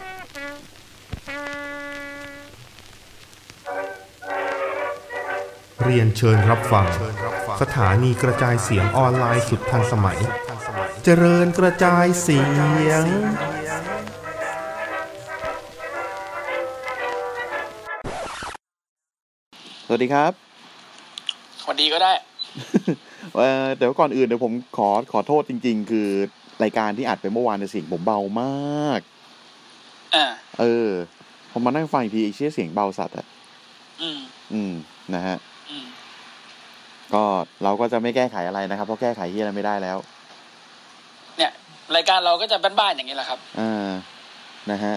เรียนเชิญรับฟังสถานีกระจายเสียงออนไลน์สุดทันสมัยเจริญกระจายเสียงสวัสดีครับสวัสดีก็ได้เดี๋ยวก่อนอื่นเดี๋ยวผมขอโทษจริงๆคือรายการที่อัดไปเมื่อวานในเสียงผมเบามากผมมานั่งฟังอีกทีไอ้เสียงเบาสัตว์อ่ะนะฮะก็เราก็จะไม่แก้ไขอะไรนะครับเพราะแก้ไขที่อะไรไม่ได้แล้วเนี่ยรายการเราก็จะบ้านๆอย่างนี้แหละครับนะฮะ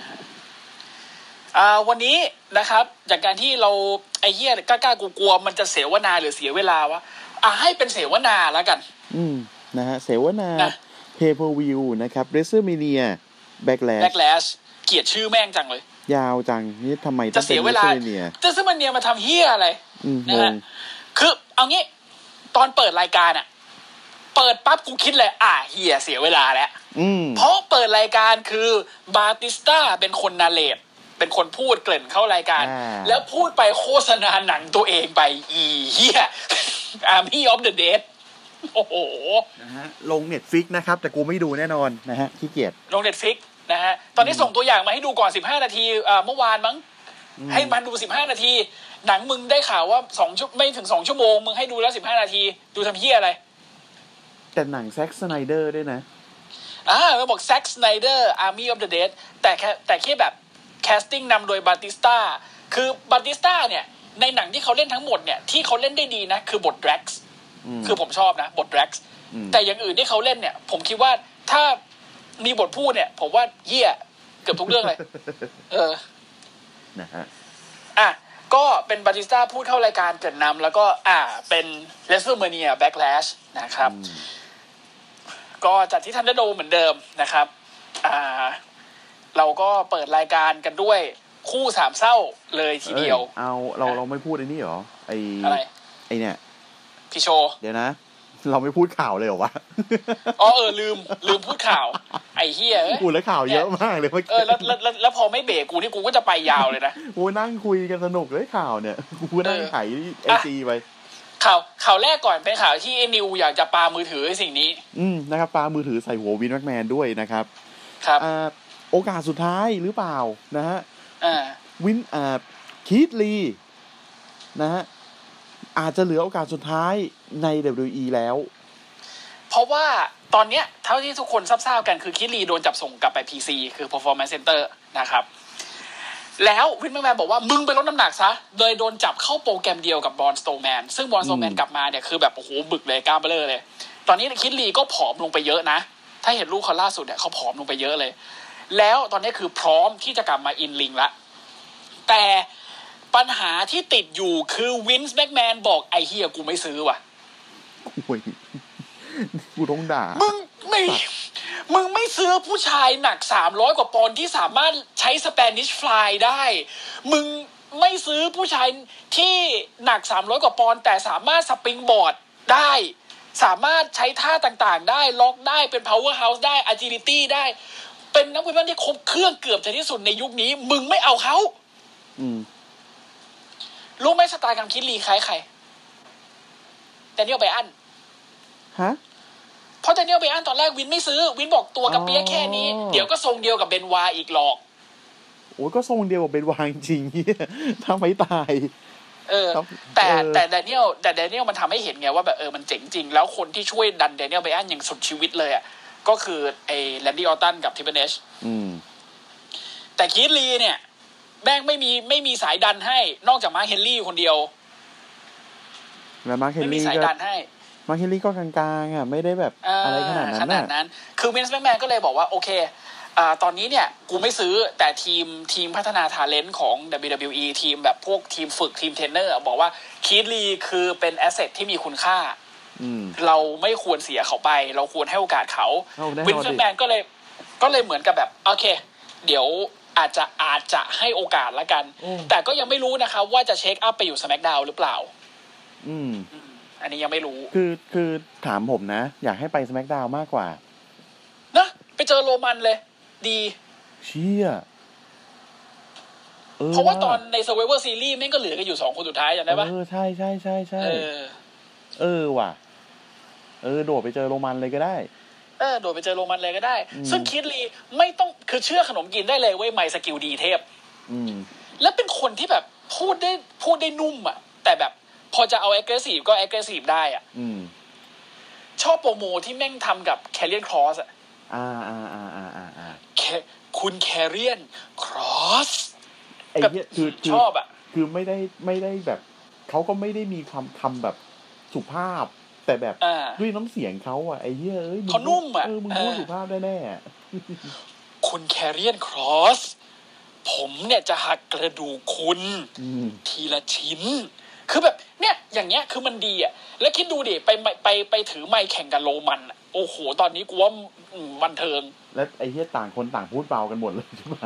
วันนี้นะครับจากการที่เราไอ้เหี้ยกล้าๆกลัวๆมันจะเสวนาหรือเสียเวลาวะให้เป็นเสวนาแล้วกันนะฮะเสวนา Pay-per-view นะครับ WrestleMania Backlash เกลียดชื่อแม่งจังเลยยาวจังนี่ทำไมจะเสียเวลาWrestleManiaมาทำเหี้ยอะไรนะฮะคือเอางี้ตอนเปิดรายการเปิดปั๊บกูคิดเลยเหี้ยเสียเวลาแล้วเพราะเปิดรายการคือบาติสต้าเป็นคนนาเรตเป็นคนพูดเกริ่นเข้ารายการแล้วพูดไปโฆษณาหนังตัวเองไปเหี้ย Army of the Dead โอ้โหนะฮะลง Netflix นะครับแต่กูไม่ดูแน่นอนนะฮะขี้เกียจลง Netflix นะฮะตอนนี้ส่งตัวอย่างมาให้ดูก่อน15นาทีเมื่อวานมั้งให้มันดู15นาทีหนังมึงได้ข่าวว่าไม่ถึง2ชั่วโมงมึงให้ดูแล้ว15นาทีดูทำเหี้ยอะไรแต่หนังแซ็กสไนเดอร์ด้วยนะมันบอกแซ็กสไนเดอร์ Army of the Dead แต่แค่แบบแคสติ้งนำโดยบาติสต้าคือบาติสต้าเนี่ยในหนังที่เขาเล่นทั้งหมดเนี่ยที่เขาเล่นได้ดีนะคือบทแดร็กซ์คือผมชอบนะบทแดร็กซ์แต่อย่างอื่นที่เขาเล่นเนี่ยผมคิดว่าถ้ามีบทพูดเนี่ยผมว่าเหี้ยเกือบทุกเรื่องเลยนะฮะก็เป็นบาติสต้าพูดเข้ารายการเกริ่นนำแล้วก็เป็น WrestleMania Backlash นะครับก็จัดที่ทันเดอร์โดมเหมือนเดิมนะครับเราก็เปิดรายการกันด้วยคู่สามเศร้าเลยทีเดียวเราไม่พูดไอ้นี่หรออะไรไอ้เนี่ยพี่โชเดี๋ยวนะเราไม่พูดข่าวเลยเหรอวะลืมพูดข่าวไอ้เหี้ยพูดแล้วข่าวเยอะมากเลยเมื่อกี้แล้วพอไม่เบรกกูนี่กูก็จะไปยาวเลยนะกูนั่งคุยกันสนุกเลยข่าวเนี่ยกูนั่งไถIGไปข่าวแรกก่อนเป็นข่าวที่ไอ้นิวอยากจะปามือถือสิ่งนี้นะครับปามือถือใส่หัววินแม็กแมนด้วยนะครับครับโอกาสสุดท้ายหรือเปล่านะฮะวินคีธลีนะฮะอาจจะเหลือโอกาสสุดท้ายใน WWE แล้วเพราะว่าตอนเนี้ยเท่าที่ทุกคนทราบกันคือคีธลีโดนจับส่งกลับไป PC คือ Performance Center นะครับแล้ววินแม็กแมนบอกว่ามึงไปลดน้ำหนักซะโดยโดนจับเข้าโปรแกรมเดียวกับบรอนสโตแมนซึ่งบรอนสโตแมนกลับมาเนี่ยคือแบบโอ้โหบึกเลยกล้ามเบ้อเลยตอนนี้คีธลีก็ผอมลงไปเยอะนะถ้าเห็นรูปเขาล่าสุดเนี่ยเขาผอมลงไปเยอะเลยแล้วตอนนี้คือพร้อมที่จะกลับมาอินลิงละแต่ปัญหาที่ติดอยู่คือวินส์แม็กแมนบอกไอ้เหี้ยกูไม่ซื้อว่ะกูต้องด่ามึงไม่ซื้อผู้ชายหนัก300กว่าปอนด์ที่สามารถใช้สเปนิชฟลายได้มึงไม่ซื้อผู้ชายที่หนัก300กว่าปอนด์แต่สามารถสปริงบอร์ดได้สามารถใช้ท่าต่างๆได้ล็อกได้เป็น power house ได้ agility ได้เป็นนักมวยที่ครบเครื่องเกือบจะที่สุดในยุคนี้มึงไม่เอาเขารู้ไหมสไตล์การคิดลีคล้ายใครแดเนียลไบรอันเพราะแดเนียลไบรอันตอนแรกวินไม่ซื้อวินบอกตัวกระเปี๊ยกแค่นี้เดี๋ยวก็ทรงเดียวกับเบนวาอีกหรอกโอ้ยก็ทรงเดียวกับเบนวาจริงๆทำไมตายแต่แดเนียลมันทำให้เห็นไงว่าแบบมันเจ๋งจริงแล้วคนที่ช่วยดันแดเนียลไบรอันอย่างสุดชีวิตเลยก็คือไอ้แลนดี้ออตตันกับทิปเปอร์เนชแต่คีธลีเนี่ยแม่งไม่มีสายดันให้นอกจากมาร์คเฮนรี่คนเดียวแล้วมาร์คเฮนรี่ไม่มีสายดันให้มาร์คเฮนรี่ก็กลางๆไม่ได้แบบอะไรขนาดนั้นคือวินส์แม็กแมนก็เลยบอกว่าโอเคตอนนี้เนี่ยกูไม่ซื้อแต่ทีมพัฒนาทาเลนต์ของ WWE ทีมแบบพวกทีมฝึกทีมเทรนเนอร์บอกว่าคีธลีคือเป็นแอสเซทที่มีคุณค่าเราไม่ควรเสียเขาไปเราควรให้โอกาสเขาวินส์แม็กแมนก็เลยเหมือนกับแบบโอเคเดี๋ยวอาจจะให้โอกาสละกันแต่ก็ยังไม่รู้นะครับว่าจะเช็คอัพไปอยู่ SmackDown หรือเปล่าอันนี้ยังไม่รู้คือถามผมนะอยากให้ไป SmackDown มากกว่านะไปเจอโรมันเลยดีเชี่ยเพราะว่าตอนใน Survivor Series แม่งก็เหลือกันอยู่2คนสุดท้ายจำได้ปะใช่ว่ะโดดไปเจอโรมันเลยก็ได้โดดไปเจอโรมันเลยก็ได้ซึ่งคิดลีไม่ต้องคือเชื่อขนมกินได้เลยเว้ยไมค์สกิลดีเทพแล้วเป็นคนที่แบบพูดได้นุ่มอ่ะแต่แบบพอจะเอา aggressive ก็ aggressive ได้อ่ะชอบโปรโมที่แม่งทำกับแคเรียนครอสอ่ะคุณแคเรียนครอสไอ้เนี่ยคือชอบอ่ะคือไม่ได้แบบเขาก็ไม่ได้มีคำแบบสุภาพแต่แบบด้วยน้ำเสียงเขาอ่ะไอ้เหี้ยเขานุ่มอ่ะมึงพูดสุภาพได้แน่คุณแคเรียนครอสผมเนี่ยจะหักกระดูกคุณทีละชิ้นคือแบบเนี่ยอย่างเงี้ยคือมันดีอ่ะแล้วคิดดูดิไปถือไมค์แข่งกับโรมันโอ้โหตอนนี้กูว่าบันเทิงแล้วไอ้เหี้ยต่างคนต่างพูดเบากันหมดเลยใช่ไหม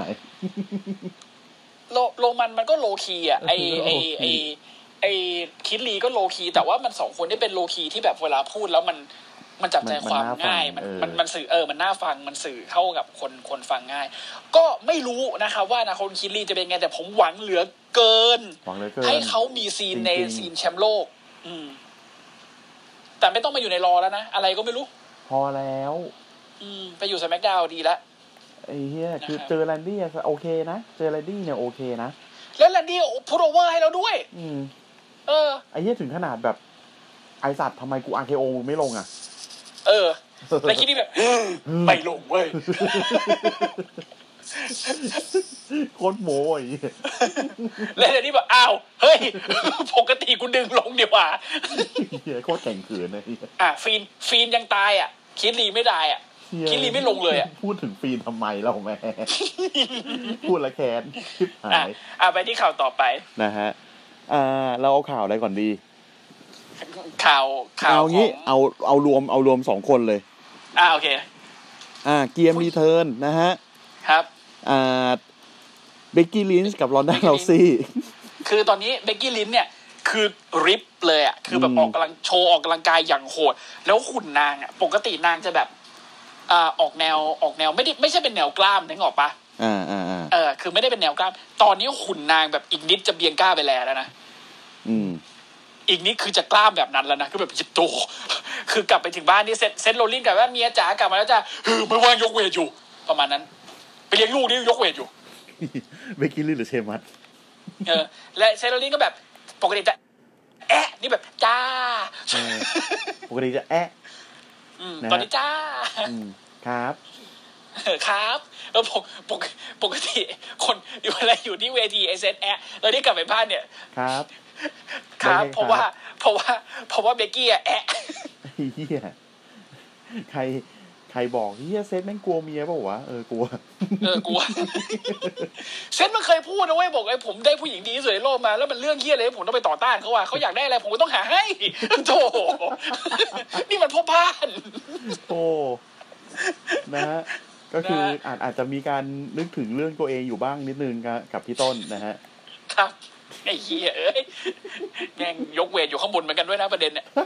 โรมันก็โลคีอ่ะไอคิดลีก็โลคีแต่ว่ามัน2คนได้เป็นโลคีที่แบบเวลาพูดแล้วมันจับใจความง่ายมันสื่อมันน่าฟังมันสื่อเข้ากับคนฟังง่ายก็ไม่รู้นะครับว่าอนาคตคิดลีจะเป็นไงแต่ผมหวังเหลือเกินให้เขามีซีนในซีนแชมป์โลกแต่ไม่ต้องมาอยู่ในรอแล้วนะอะไรก็ไม่รู้พอแล้วไปอยู่สแมคดาวน์ดีละไอ้เหี้ยคือเจอแรนดี้โอเคนะเจอแรนดี้เนี่ยโอเคนะแล้วแรนดี้พุทโอเวอร์ให้เราด้วยไอ้เหี้ยถึงขนาดแบบไอสัตว์ทำไมกู RKO มึงไม่ลงอ่ะแล้วคิดนี่แบบไม่ลงเว้ยโคตรโม้ยแล้วเดี๋ยวนี้แบบอ้าวเฮ้ยปกติกูดึงลงเดี๋ยวว่าโคตรแข็งขืนเลยฟีนยังตายอ่ะคิดลีไม่ได้อ่ะคิดลีไม่ลงเลยอ่ะพูดถึงฟีนทำไมเราแม่พูดละแคนชิบหายไปที่ข่าวต่อไปนะฮะเราเอาข่าวอะไรก่อนดีข่าวงี้เอารวม2คนเลยโอเคเกียร์รีเทิร์นนะฮะครับเบกกี้ลินช์กับรอนด้าเลาซี่คือตอนนี้เบกกี้ลินช์เนี่ยคือริปเลยอ่ะคือแบบออกกำลังโชว์ออกกำลังกายอย่างโหดแล้วหุ่นนางอ่ะปกตินางจะแบบออกแนวไม่ใช่เป็นแนวกล้ามนึกออกปะคือไม่ได้เป็นแนวกล้ามตอนนี้หุ่นนางแบบอีกนิดจะเบียงก้าไปแล้วนะอีกนิดคือจะกล้ามแบบนั้นแล้วนะคือแบบจิตโตคือกลับไปถึงบ้านนี่เซ็ตโรลลิ่งกับว่าเมียจ๋ากลับมาแล้วจ้ะไม่ว่างยกเวทอยู่ประมาณนั้นไปเลี้ยงลูกนี่ยกเวทอยู่เบกกี้ลินหรือเชมัสและเซ็ตโรลลิ่งก็แบบปกติจะนี่แบบจ้าปกติจะตอนนี้จ้าครับแล้วปกติคนเวลาอยู่ที่เวทีเซ็ตแล้วนี่กลับไปบ้านเนี่ยครับเพราะว่าเบกกี้เหี้ยใครบอกเหี้ยเซตแม่งกลัวเมียเปล่าวะกลัวเซตมันเคยพูดนะเว้ยบอกไอ้ผมได้ผู้หญิงดีที่สุดในโลกมาแล้วมันเรื่องเหี้ยอะไรผมต้องไปต่อต้านเขาว่าเขาอยากได้อะไรผมก็ต้องหาให้โธ่นี่มันพ่อบ้านโอ้นะฮะก็คืออาจจะมีการนึกถึงเรื่องตัวเองอยู่บ้างนิดนึงกับพี่ต้นนะฮะครับไอ้เหี้ยแม่งยกเวทอยู่ข้างบนเหมือนกันด้วยนะประเด็นเนี่ย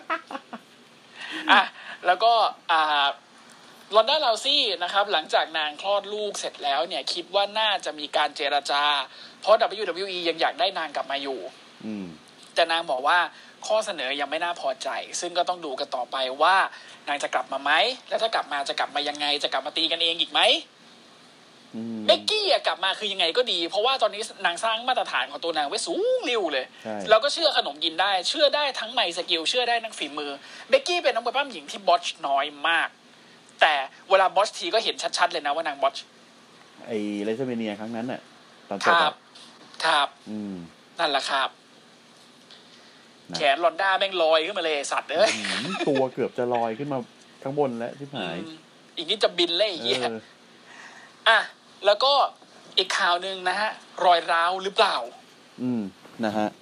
แล้วก็ลอนด้าเลาซี่นะครับหลังจากนางคลอดลูกเสร็จแล้วเนี่ยคิดว่าน่าจะมีการเจรจาเพราะ WWE ยังอยากได้นางกลับมาอยู่แต่นางบอกว่าข้อเสนอยังไม่น่าพอใจซึ่งก็ต้องดูกันต่อไปว่านางจะกลับมาไหมแล้วถ้ากลับมาจะกลับมายังไงจะกลับมาตีกันเองอีกไหมเบกกี้กลับมาคือยังไงก็ดีเพราะว่าตอนนี้นางสร้างมาตรฐานของตัวนางไว้สูงริ้วเลยแล้วก็เชื่อขนมกินได้เชื่อได้ทั้งไมค์สกิลเชื่อได้ทั้งฝีมือเบกกี้เป็นนักมวยปล้ำหญิงที่บอชน้อยมากแต่เวลาบอชทีก็เห็นชัดๆเลยนะว่านางบอชไอ้เรซเมเนียครั้งนั้นน่ะตอนจบครับนั่นแหละครับแขนลอนด้าแม่งลอยขึ้นมาเลยสัตว์ตัวเกือบจะลอยขึ้นมาข้างบนแล้วที่หายอีกนิดจะบินเลยไอ้เหี้ยแล้วก็อีกข่าวนึงนะฮะรอยร้าวหรือเปล่านะฮะ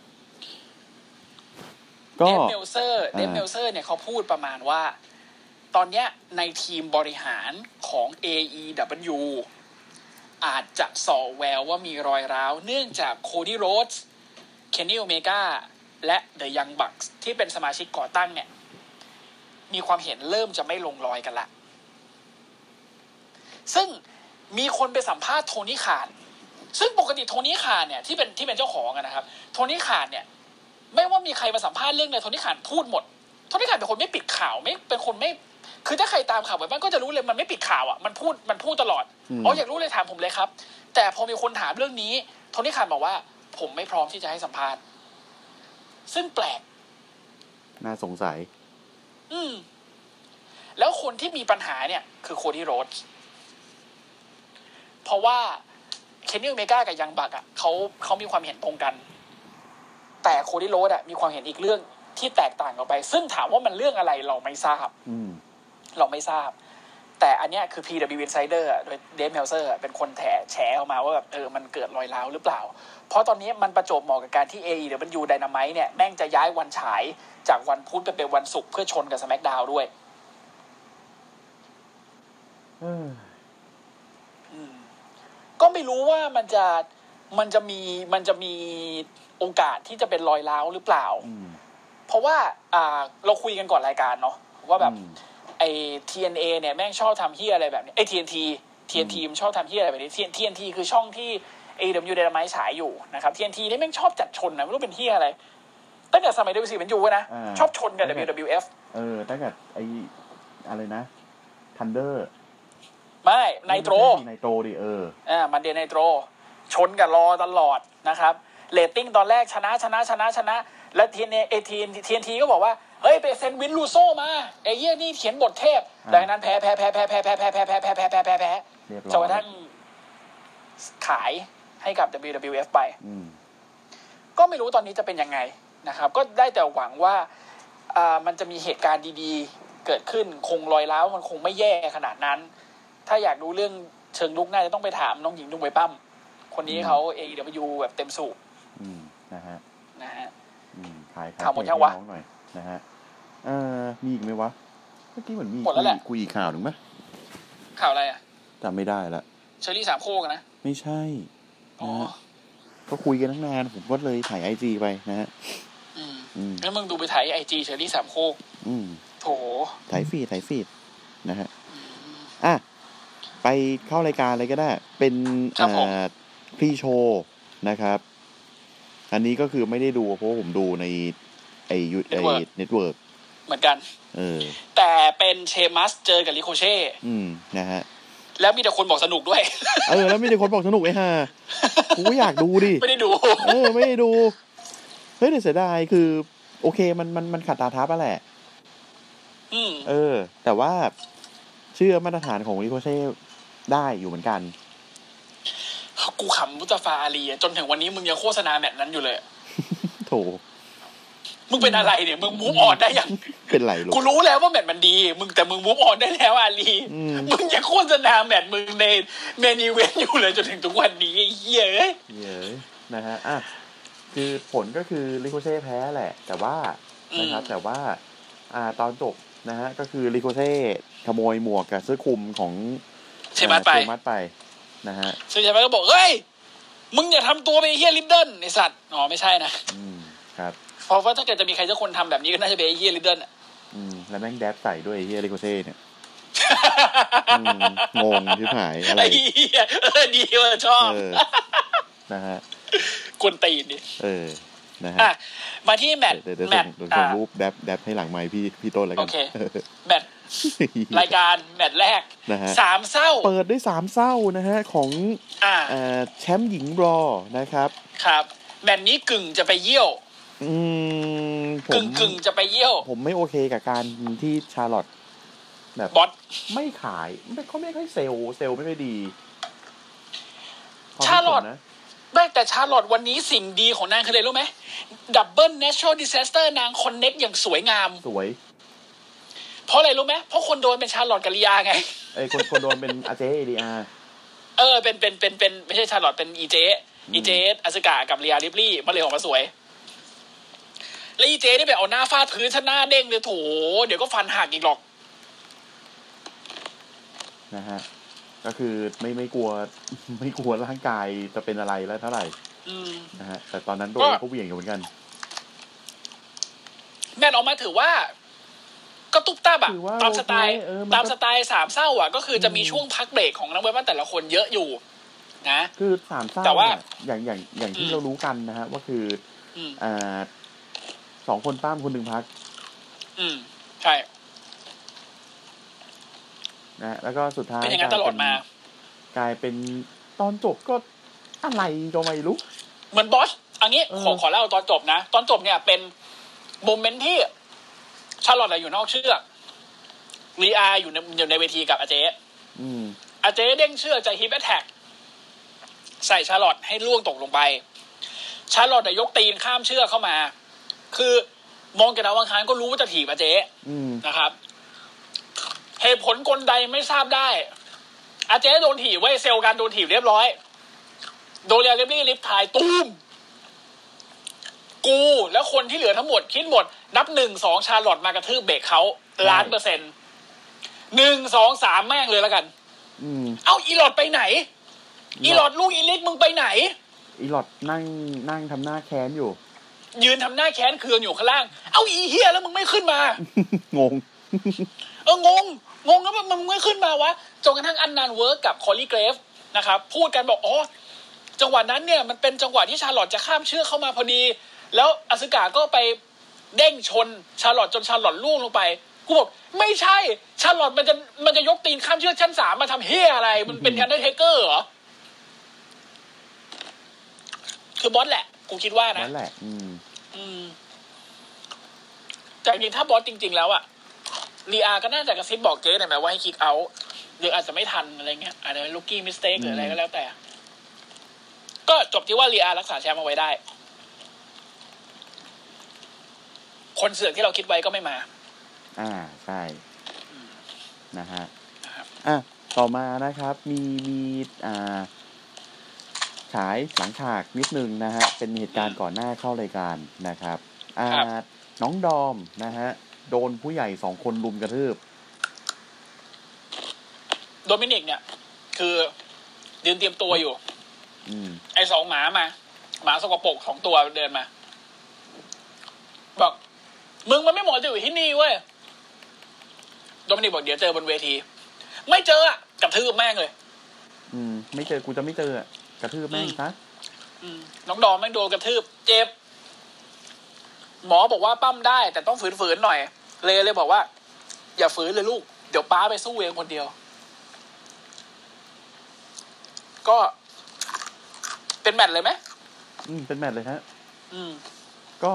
ก็เดฟเมลเซอร์เนี่ยเขาพูดประมาณว่าตอนเนี้ยในทีมบริหารของ AEW อาจจะส่อแววว่ามีรอยร้าวเนื่องจากโคดี้โรดส์เคนนี่โอเมก้าและเดอะยังบัคส์ที่เป็นสมาชิกก่อตั้งเนี่ยมีความเห็นเริ่มจะไม่ลงรอยกันละซึ่งมีคนไปสัมภาษณ์โทนี่ข่านซึ่งปกติโทนี่ข่านเนี่ยที่เป็นเจ้าของนะครับโทนี่ข่านเนี่ยไม่ว่ามีใครมาสัมภาษณ์เรื่องไหนโทนี่ข่านพูดหมดโทนี่ข่านเป็นคนไม่ปิดข่าวไม่เป็นคนไม่คือถ้าใครตามข่าวไปบ้างก็จะรู้เลยมันไม่ปิดข่าวอ่ะมันพูดตลอดอยากรู้เลยถามผมเลยครับแต่พอมีคนถามเรื่องนี้โทนี่ข่านบอกว่าผมไม่พร้อมที่จะให้สัมภาษณ์ซึ่งแปลกน่าสงสัยแล้วคนที่มีปัญหาเนี่ยคือโคดี้โรดส์เพราะว่าเคนนี่โอเมก้ากับยังบักอ่ะเขามีความเห็นตรงกันแต่โคดี้โรดส์อ่ะมีความเห็นอีกเรื่องที่แตกต่างออกไปซึ่งถามว่ามันเรื่องอะไรเราไม่ทราบแต่อันเนี้ยคือ PW Insider โดยเดฟเมลเซอร์เป็นคนแฉออกมาว่าแบบมันเกิดรอยร้าวหรือเปล่าเพราะตอนนี้มันประจวบเหมาะกับการที่ AEW Dynamite เนี่ยแม่งจะย้ายวันฉายจากวันพุธไปเป็นวันศุกร์เพื่อชนกับ SmackDown ด้วยก็ไม่รู้ว่ามันจะมีโอกาสที่จะเป็นรอยร้าวหรือเปล่าเพราะว่าเราคุยกันก่อนรายการเนาะว่าแบบไอ้ TNA เนี่ยแม่งชอบทำเหี้ยอะไรแบบนี้ไอ้ TNT มันชอบทำเหี้ยอะไรแบบนี้ TNT คือช่องที่ AEW Dynamite ฉายอยู่นะครับ TNT นี่แม่งชอบจัดชนนะไม่รู้เป็นเหี้ยอะไรตั้งแต่สมัย WC เป็นอยู่นะชอบชนกับ WWF ตั้งแต่ไอ้อะไรนะ Thunder ไม่ไนโตรดิมันเดนไนโตรชนกับรอตลอดนะครับเรตติ้งตอนแรกชนะแล้ว TNT ก็บอกว่าเฮ้ยไปเซ็นวินลูโซมาไอ้เหี้ยนี่เขียนบทเทพดังนั้นแพ้จนกระทั่งขายให้กับ WWF ไปก็ไม่รู้ตอนนี้จะเป็นยังไงนะครับก็ได้แต่หวังว่ามันจะมีเหตุการณ์ดีๆเกิดขึ้นคงรอยร้าวมันคงไม่แย่ขนาดนั้นถ้าอยากดูเรื่องเชิงลุกน่าจะต้องไปถามน้องหญิงดุงไวปั้มคนนี้เขา AEW แบบเต็มสูบนะฮะข่าวหมดยังวะนะฮะมีอีกไหมวะเมื่อกี้เหมือนมีคุยอีกข่าวหนึ่งไหมข่าวอะไรอ่ะจำไม่ได้ละเชอรี่สามโคกนะไม่ใช่ก็คุยกันตั้งนานผมก็เลยถ่าย IG ไปนะฮะแล้วมึงดูไปถ่าย IG เชอรี่สามโคกโถถ่ายฟีดนะฮะไปเข้ารายการอะไรก็ได้เป็นพรีโชว์นะครับอันนี้ก็คือไม่ได้ดูเพราะผมดูในไอ้เน็ตเวิร์กเหมือนกันแต่เป็นเชมัสเจอกับริโคเช่นะฮะแล้วมีแต่คนบอกสนุกด้วยแล้วมีแต่คนบอกสนุกไอ้ห่ากูอยากดูดิไม่ได้ดูไม่ได้ดูเฮ้ยแต่เสียดายคือโอเคมันขัดตาทับอ่ะแหละแต่ว่าเชื่อมาตรฐานของริโคเช่ได้อยู่เหมือนกันกูขำมุตฟาอาลีจนถึงวันนี้มึงยังโฆษณาแมตช์นั้นอยู่เลยโถมึงเป็นอะไรเนี่ยมึงมูฟออนได้ยังเป็นไรลูกกูรู้แล้วว่าแมตช์มันดีแต่มึงมูฟออนได้แล้วอาลีมึงยังโฆษณาแมตช์มึงในเมนอีเวนต์อยู่เลยจนถึงทุกวันนี้เหี้ยนะฮะคือผลก็คือริโคเช่แพ้แหละแต่ว่านะครับแต่ว่าตอนจบนะฮะก็คือริโคเช่ขโมยหมวกกับเสื้อคลุมของเชมัสไปนะฮะซึ่งเชมัสก็บอกเฮ้ยมึงอย่าทำตัวเป็นเฮียลิดเดิลไอ้สัตว์ไม่ใช่นะครับเพราะว่าถ้าเกิดจะมีใครสักคนทำแบบนี้ก็น่าจะเป็นเฮียลิดเดิลแล้วแม่งแดบใส่ด้วยเฮียริโคเช่เนี่ยงงชิบหายอะไรดีว่าชอบนะฮะกวนตีนดินะฮะมาที่แมตช์ส่งรูปแดบให้หลังไมค์พี่ต้นแล้วกันโอเคแมตช์รายการแมตช์แรก3เศร้าเปิดด้วย3เศร้านะฮะของแชมป์หญิงรอนะครับครับแมตช์นี้กึ่งจะไปเยี่ยวกึ่งจะไปเยี่ยวผมไม่โอเคกับการที่ชาร์ลอตแบบบอสไม่ขายเขาไม่ค่อยเซลล์ไม่ค่อยดีชาร์ลอตแต่ชาร์ลอตวันนี้สิ่งดีของนางคืออะไรรู้ไหมดับเบิลเนเชอรัลดิซาสเตอร์นางคอนเน็กอย่างสวยงามสวยเพราะอะไรรู้ไหมเพราะคนโดนเป็นชาร์ลอตกับลีอาไงคนโดนเป็นอาเจลีอาเป็นไม่ใช่ชาร์ลอตเป็นอีเจอาซึกะกับลีอาริปลี่มาเลยออกมาสวยแล้วอีเจนี่ไปเอาหน้าฟาดพื้นฉันหน้าเด้งเลยโถเดี๋ยวก็ฟันหักอีกหรอกนะฮะก็คือไม่กลัวร่างกายจะเป็นอะไรแล้วเท่าไหร่นะฮะแต่ตอนนั้นโดนก็เหวี่ยงอยู่เหมือนกันแมนออกมาถือว่าก็ตุ๊บตับอ่ะตามสไตล์สามเศร้าอ่ะก็คือจะมีช่วงพักเบรกของนักมวยปั้มแต่ละคนเยอะอยู่นะคือสามเศร้าแต่ว่าอย่างที่เรารู้กันนะฮะว่าคือ2คนปั้มคนหนึ่งพักใช่นะแล้วก็สุดท้ายเป็นอย่างนั้นตลอดมากลายเป็นตอนจบก็อะไรก็ไม่รู้เหมือนบอสอันนี้ขอเล่าตอนจบนะตอนจบเนี่ยเป็นโมเมนต์ที่ชาร์ลอตอยู่นอกเชือกลีอาอยู่ในเวทีกับอาเจอาเจเด้งเชือกจะฮิปแอทแทกใส่ชาร์ลอตให้ล่วงตกลงไปชาร์ลอตยกตีนข้ามเชือกเข้ามาคือมองจากดาวอังคารก็รู้ว่าจะถีบอาเจนะครับเหตุผลกลใดไม่ทราบได้อาเจโดนถีบไว้เซลล์การโดนถีบเรียบร้อยโดนเรียลลี่ลิฟทายตูมกูแล้วคนที่เหลือทั้งหมดคิดหมดนับ 1-2 ชาร์ลอตมากระทืบเบรกเขา1,000,000 1-2-3 แม่งเลยแล้วกันเอาอีหลอดไปไหนอีหลอดลูกอีลิกมึงไปไหนอีหลอดนั่งทำหน้าแค้นอยู่ยืนทำหน้าแค้นเคืองอยู่ข้างล่างเอาอีเหี้ยแล้วมึงไม่ขึ้นมางงงงแล้วมึงไม่ขึ้นมาวะจนกระทั่งอันนันเวิร์กกับคอลลี่เกรฟนะครับพูดกันบอกอ๋อจังหวะนั้นเนี่ยมันเป็นจังหวะที่ชาร์ลอตจะข้ามเชือกเข้ามาพอดีแล้วอสึกะก็ไปเด้งชนชาร์ลอตจนชาร์ลอตล่วงลงไปกูบอกไม่ใช่ชาร์ลอตมันจะยกตีนข้ามเชือกชั้น3มาทำเหี้ยอะไรมันเป็นอันเดอร์เทเกอร์เหรอคือบอสแหละกูคิดว่านะบอสแหละแต่จริงๆถ้าบอสจริงๆแล้วอะลีอาก็น่าจะกระซิบบอกเจ๊หน่อยไหมว่าให้คิกเอาท์หรืออาจจะไม่ทันอะไรเงี้ยอาจจะเป็นลูกกี้มิสเทคหรืออะไรก็แล้วแต่ก็จบที่ว่าลีอารักษาแชมป์เอาไว้ได้คนเสือกที่เราคิดไว้ก็ไม่มาใช่นะฮะต่อมานะครับมีฉายหลังฉากนิดนึงนะฮะเป็นเหตุการณ์ก่อนหน้าเข้ารายการนะครับน้องดอมนะฮะโดนผู้ใหญ่2คนรุมกระทืบโดมินิกเนี่ยคือยืนเตรียมตัวอยู่ไอ้2หมาสกปรก2ตัวเดินมาบอกมึงมันไม่เหมาะจะอยู่ที่นี่เว้ยโดมินิกบอกเดี๋ยวเจอบนเวทีไม่เจอกระทืบแม่งเลยไม่เจอกูจะไม่เจอกระทืบแม่งซะน้องดอมแม่งโดนกระทืบเจ็บหมอบอกว่าปั้มได้แต่ต้องฝืนๆหน่อยเลยบอกว่าอย่าฝืนเลยลูกเดี๋ยวป้าไปสู้เองคนเดียวก็เป็นแมตช์เลยไหมเป็นแมตช์เลยฮะก็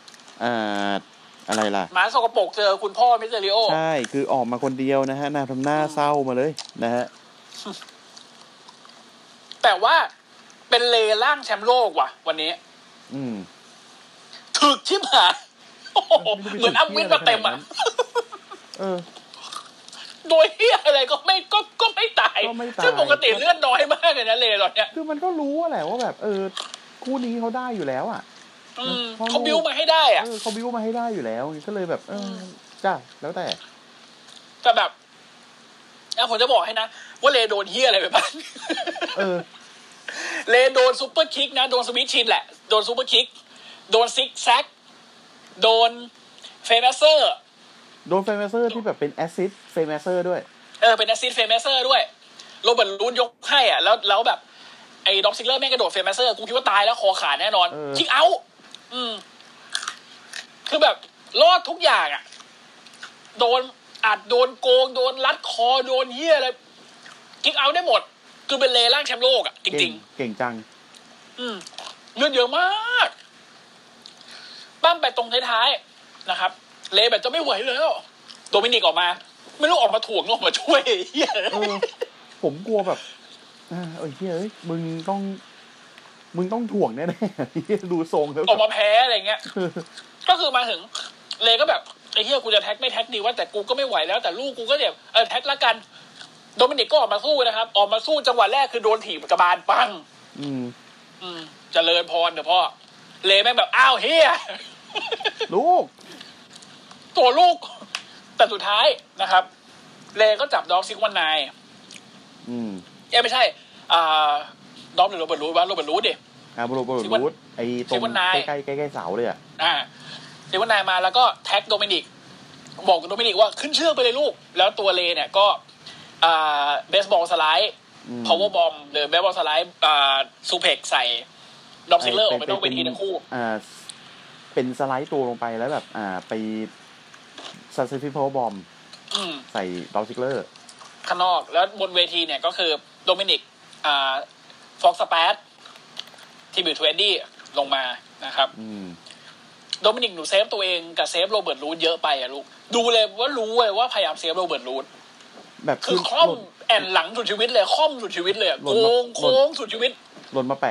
อะไรล่ะหมาสกปรกเจอคุณพ่อมิสเตอริโอใช่คือออกมาคนเดียวนะฮะทำหน้าเศร้ามาเลยนะฮะแต่ว่าเป็นเลร่างแชมป์โลกว่ะวันนี้ถึกชิบหายเหมือนอัพวินมาเต็มอ่ะโดยที่อะไรก็ไม่ตายซึ่งปกติเลือดน้อยมากเลยนะเลตอนเนี้ยคือมันก็รู้แหละว่าแบบคู่นี้เขาได้อยู่แล้วอ่ะเขาบิ้วมาให้ได้อ่ะเขาบิ้วมาให้ได้อยู่แล้วก็เลยแบบจ้าแล้วแต่แบบผมจะบอกให้นะว่าเลโดนเฮียอะไรไปบ้างเลโดนซุปเปอร์คิกนะโดนสวิตชินแหละโดนซุปเปอร์คิกโดนซิกแซกโดนเฟมัสเซอร์ที่แบบเป็นแอซิดเฟมัสเซอร์ด้วยเป็นแอซิดเฟมัสเซอร์ด้วยโรเบิร์ตรูนยกให้อ่ะแล้วแบบไอ้ด็อกซิกเลอร์แม่งกระโดดเฟมัสเซอร์กูคิดว่าตายแล้วคอขาดแน่นอนคิกเอาคือแบบรอดทุกอย่างอ่ะโดนอัดโดนโกงโดนรัดคอโดนเหี้ยอะไรคิกเอาได้หมดคือเป็นเลร่างแชมป์โลกอ่ะจริงๆเก่งจังเลือดเยอะมากปั้มไปตรงท้ายๆนะครับเลแบบจะไม่ไหวแล้วโดมินิกออกมาไม่รู้ออกมาถ่วงออกมาช่วยเหี้ยผมกลัวแบบเฮ้ยมึงต้องถ่วงแน่ๆดูทรงแล้วออกมาแพ้อะไรเงี้ยก็คือมาถึงเลก็แบบไอ้เหี้ยกูจะแท็กไม่แท็กดีว่าแต่กูก็ไม่ไหวแล้วแต่ลูกกูก็แบบแท็กละกันโดมินิกก็ออกมาสู้นะครับออกมาสู้จังหวะแรกคือโดนถีบกระบาลปังเจริญพรเดี๋ยวพ่อเลแม่งแบบอ้าวเฮียลูกตัวลูกแต่สุดท้ายนะครับเลก็จับด็อกซิกวันนายไม่ใช่ด็อกหรือโรเบิร์ตรูทวะโรเบิร์ตรูทดิโรเบิร์ตรูทไอ้ตรงใกล้เสาเลยอ่ะซิกวันนายมาแล้วก็แท็กโดมินิกบอกกับโดมินิกว่าขึ้นเชือกไปเลยลูกแล้วตัวเลเนี่ยก็เบสบอลสไลด์พาวเวอร์บอมหรือเบสบอลสไลด์ซูเพ็กใส่ดอมซิลเลอร์ออกไปนอกเวทีทั้งคู่เป็นสไลด์ตัวลงไปแล้วแบบไปซัสเซฟิพาวเวอร์บอมใส่ดอมซิลเลอร์ข้างนอกแล้วบนเวทีเนี่ยก็คือโดมินิกฟ็อกซ์สเปซที่บิว20ลงมานะครับโดมินิกหนูเซฟตัวเองกับเซฟโรเบิร์ตรูทเยอะไปอะลูกดูเลยว่ารู้เลยว่าพยายามเซฟโรเบิร์ตรูทแบบคือคล่อมแอนหลังสุดชีวิตเลยคล่อมสุดชีวิตเลยโค้งสุดชีวิตหล่นมาแปะ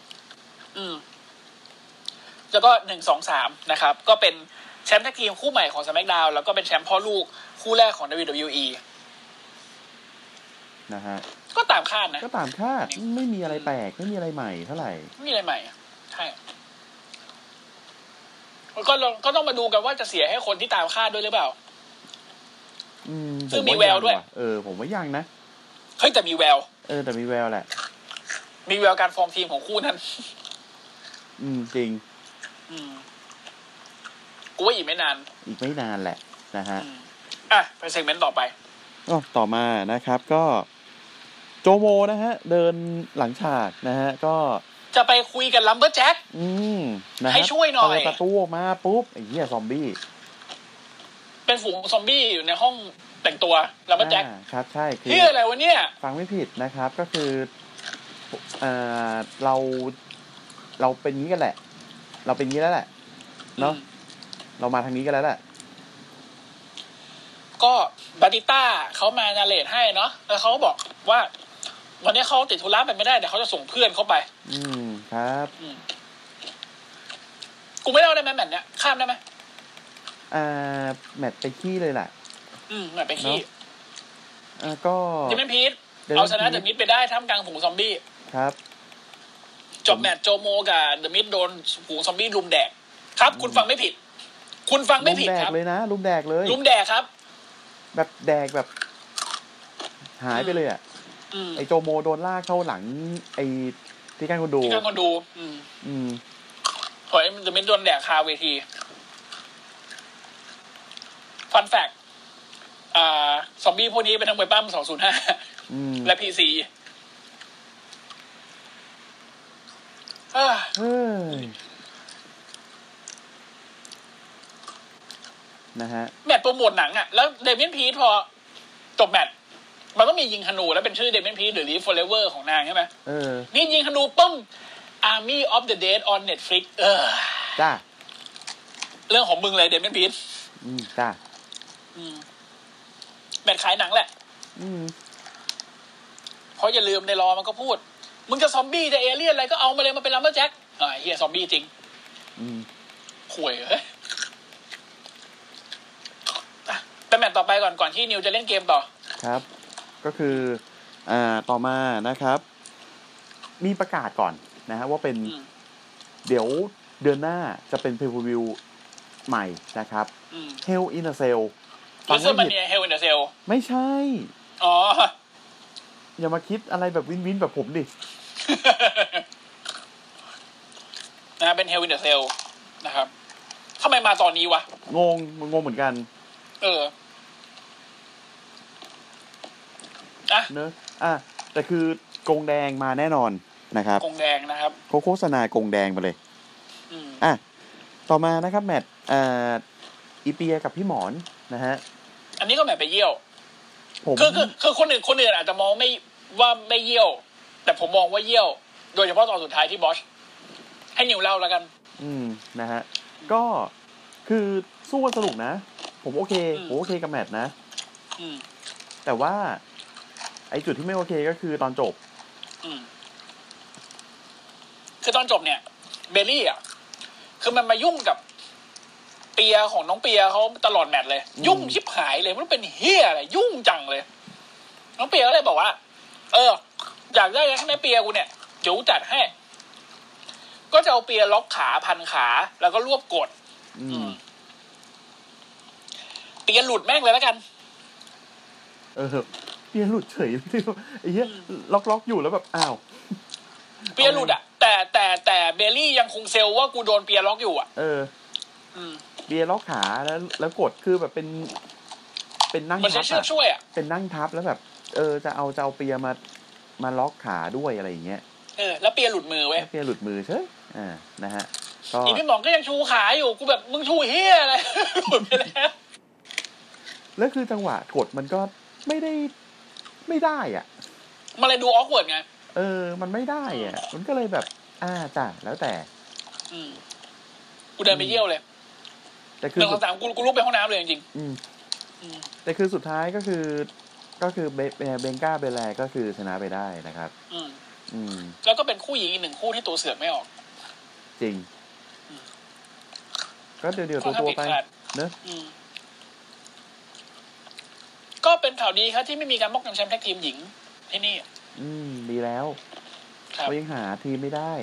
แล้วก็1-2-3นะครับก็เป็นแชมป์แท็กทีมคู่ใหม่ของ SmackDown แล้วก็เป็นแชมป์พ่อลูกคู่แรกของ WWE นะฮะก็ตามคาดนะก็ตามคาดไม่มีอะไรแปลกไม่มีอะไรใหม่เท่าไหร่ไม่มีอะไรใหม่ใช่ก็ต้องมาดูกันว่าจะเสียให้คนที่ตามคาดด้วยหรือเปล่าซึ่งมีแววด้วยผมว่ายังนะเฮ้ยแต่มีแววแต่มีแววแหละมีแววการฟอร์มทีมของคู่นั้นจริงกูว่าอีกไม่นานแหละนะฮะไปเซกเมนต์ต่อไปต่อมานะครับก็โจโมนะฮะเดินหลังฉากนะฮะก็จะไปคุยกับลัมเบอร์แจ็คให้ช่วยหน่อยประตูออกมาปุ๊บไอ้เหี้ยซอมบี้เป็นฝูงซอมบี้อยู่ในห้องแต่งตัวลัมเบอร์แจ็คครับใช่คือเหี้ยอะไรวะเนี่ยฟังไม่ผิดนะครับก็คือเราเป็นงี้กันแหละเราเป็นงี้แล้วแหละเนาะเรามาทางนี้กันแล้วแหละก็บาติต้าเขามานาเรตให้เนาะแล้วเขาก็บอกว่าวันนี้เขาติดธุระไปไม่ได้แต่เขาจะส่งเพื่อนเข้าไปครับกูไม่เล่าได้ไหมแมตช์เนี้ยข้ามได้ไหมแมตช์ไปขี้เลยแหละแมตช์ไปขี้ก็เดมินพีทเอาชนะเดอะมิดไปได้ท่ามกลางฝูงซอมบี้ครับจบแมตช์โจโมกับเดอะมิดโดนฝูงซอมบี้ลุมแดกครับคุณฟังไม่ผิดคุณฟังไม่ผิดครับลุมแดกเลยนะลุมแดกเลยลุมแดกครับแบบแดกแบบหายไปเลยอ่ะไอโจโมโดนลากเข้าหลังไอที่การคนดูหอยมันจะไม่โดนแดกคาเวทีฟันแฟกซอมบี้พวกนี้เป็นทั้งมวยปั้ม205และ PC นะฮะแมตช์โปรโมทหนังอ่ะแล้วเดเมียนพีทพอจบแมตช์มันต้องมียิงธนูแล้วเป็นชื่อเดเมียนพีทหรือ Live Forever ของนางใช่ไหมนี่ยิงธนูปุ้ม Army of the Dead on Netflix จ้าเรื่องของมึงเลยเดเมียนพีทจ้าแมตช์ขายหนังแหละเพราะอย่าลืมในรอมันก็พูดมึงจะซอมบี้จะเอเลี่ยนอะไรก็เอามาเลยมาเป็นลัมเบอร์แจ็คเฮียซอมบี้จริงข่วยเฮ้ยเป็นแมตช์ต่อไปก่อนที่นิวจะเล่นเกมต่อครับก็คือต่อมานะครับมีประกาศก่อนนะฮะว่าเป็นเดี๋ยวเดือนหน้าจะเป็น Pay-per-view ใหม่นะครับ Hell in a Cell ฟังไม่ผิด Hell in a Cell ไม่ใช่อย่ามาคิดอะไรแบบวินแบบผมดินะเป็น Hell in a Cell นะครับทำไมมาตอนนี้วะงงเหมือนกันเนอะแต่คือกรงแดงมาแน่นอนนะครับกรงแดงนะครับโฆษณากรงแดงมาเลยต่อมานะครับแมตช์อีเปียกับพี่หมอนนะฮะอันนี้ก็แมตช์ไปเยี่ยวคือคนอื่นอาจจะมองไม่ว่าไม่เยี่ยวแต่ผมมองว่าเยี่ยวโดยเฉพาะตอนสุดท้ายที่บอชให้นิวเล่าแล้วกันนะฮะก็คือสู้กันสนุกนะผมโอเคกับแมตช์นะแต่ว่าไอจุดที่ไม่โอเคก็คือตอนจบคือตอนจบเนี่ยเบลลี่คือมันมายุ่งกับเปียของน้องเปียเขาตลอดแมตช์เลยยุ่งชิบหายเลยมันเป็นเหี้ยอะไรยุ่งจังเลยน้องเปียก็เลยบอกว่าอยากได้ให้แม่เปียกูเนี่ยเดี๋ยวจัดให้ก็จะเอาเปียล็อกขาพันขาแล้วก็รวบกดเปียหลุดแม่งเลยแล้วกันเปียหลุดเฉยไอ้เหี้ยล็อกอยู่แล้วแบบอ้าวเปียหลุดแต่เบลลี่ยังคงเซลว่ากูโดนเปียล็อกอยู่เบียร์ล็อกขาแล้วกดคือแบบเป็นนั่งทับมันใช้เชือกช่วยอ่ะเป็นนั่งทับแล้วแบบจะเอาเปียมาล็อกขาด้วยอะไรอย่างเงี้ยแล้วเปียหลุดมือเว้ยเปียหลุดมือเฉยนะฮะก็อีพี่หมองก็ยังชูขาอยู่กูแบบมึงชูเหี้ยอะไรหลุดไปแล้วคือจังหวะกดมันก็ไม่ได้อ่ะมันเลยดูออกเวิร์ดไงมันไม่ได้อ่ะมันก็เลยแบบจ้ะแล้วแต่กูเดินไปเยี่ยวเลยแต่คือ1 2 3กูลุกไปห้องน้ำเลยจริงๆแต่คือสุดท้ายก็คือเบงก้าเบลแลก็คือชนะไปได้นะครับแล้วก็เป็นคู่หญิงอีก1คู่ที่ตัวเสือกไม่ออกจริงก็เดี๋ยวตัวไปเนอะก็เป็นข่าวดีครับที่ไม่มีการป้องกันแชมป์แท็กทีมหญิงที่นี่ดีแล้วเขายังหาทีมไม่ได้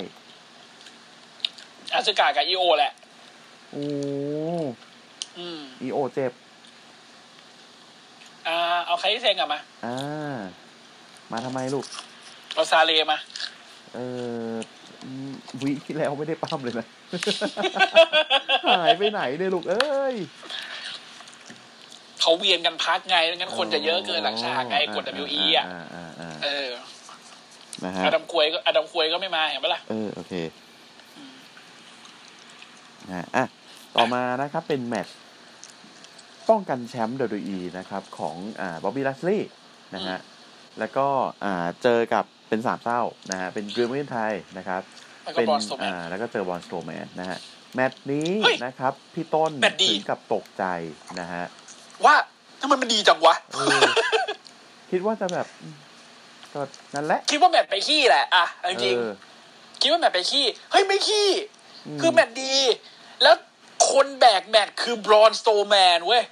อาซึกะกับอีโอแหละอีโอเจ็บเอาใครที่เซ็งกลับมาทำไมลูกเอาซาเลมาวิที่แล้วไม่ได้ปั้มเลยนะหายไปไหนเนี่ยลูกเอ้ยเขาเวียนกันพักไงงั้นคนจะเยอะเกินหลังฉากไงกด WE อ่ะนะฮะอดัมควยก็ไม่มาเห็นปะล่ะโอเคต่อมานะครับเป็นแมตช์ป้องกันแชมป์ WWE นะครับของบ๊อบบี้ลัสลีย์นะฮะแล้วก็เจอกับเป็น3เศร้านะฮะเป็นดรีมเมอร์ไทยนะครับเป็นแล้วก็เจอบอลสโตรแมนนะฮะแมตช์นี้นะครับพี่ต้นถึงกับตกใจนะฮะว่าทำไมมันดีจังวะคิดว่าจะแบบก็นั่นแหละคิดว่าแมตช์ไปขี้แหละจริงคิดว่าแมตช์ไปขี้เฮ้ยไม่ขี้คือแมตช์ดีแล้วคนแบกแมตช์คือบรอนสโตแมนเว้ย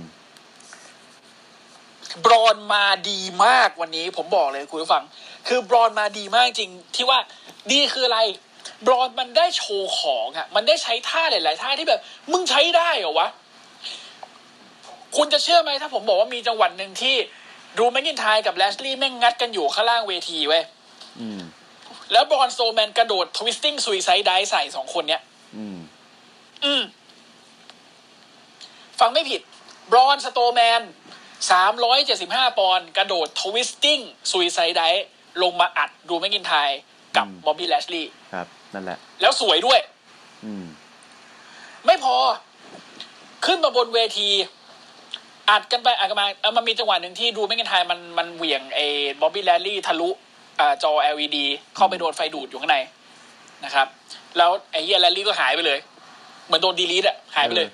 บรอนมาดีมากวันนี้ผมบอกเลยคุณผู้ฟังคือบรอนมาดีมากจริงที่ว่าดีคืออะไรบรอนมันได้โชว์ของมันได้ใช้ท่าหลายๆท่าที่แบบมึงใช้ได้เหรอวะคุณจะเชื่อไหมถ้าผมบอกว่ามีจังหวะนึงที่ดูแมคกินไทร์กับแลชลีย์แม่งงัดกันอยู่ข้างล่างเวทีเว้ยแล้วบรอนสโตแมนกระโดดทวิสติ้งซุยไซด์ไดฟ์ใส่2คนเนี้ยฟังไม่ผิดบรอนสโตแมน375ปอนด์กระโดดทวิสติ้งซุยไซด์ไดฟ์ลงมาอัดดูแมคกินไทร์กับบ๊อบบี้แลชลีย์ครับนั่นแหละแล้วสวยด้วยไม่พอขึ้นมาบนเวทีอัดกันไปอัดกันมามันมีจังหวะหนึ่งที่ดูแมคกินไทร์มันเหวี่ยงบ๊อบบี้แลชลีย์ทะลุจอ LED เข้าไปโดนไฟดูดอยู่ข้างในนะครับแล้วไอ้เหี้ยแลชลีย์ก็หายไปเลยเหมือนโดนดีลีทหายไปเลย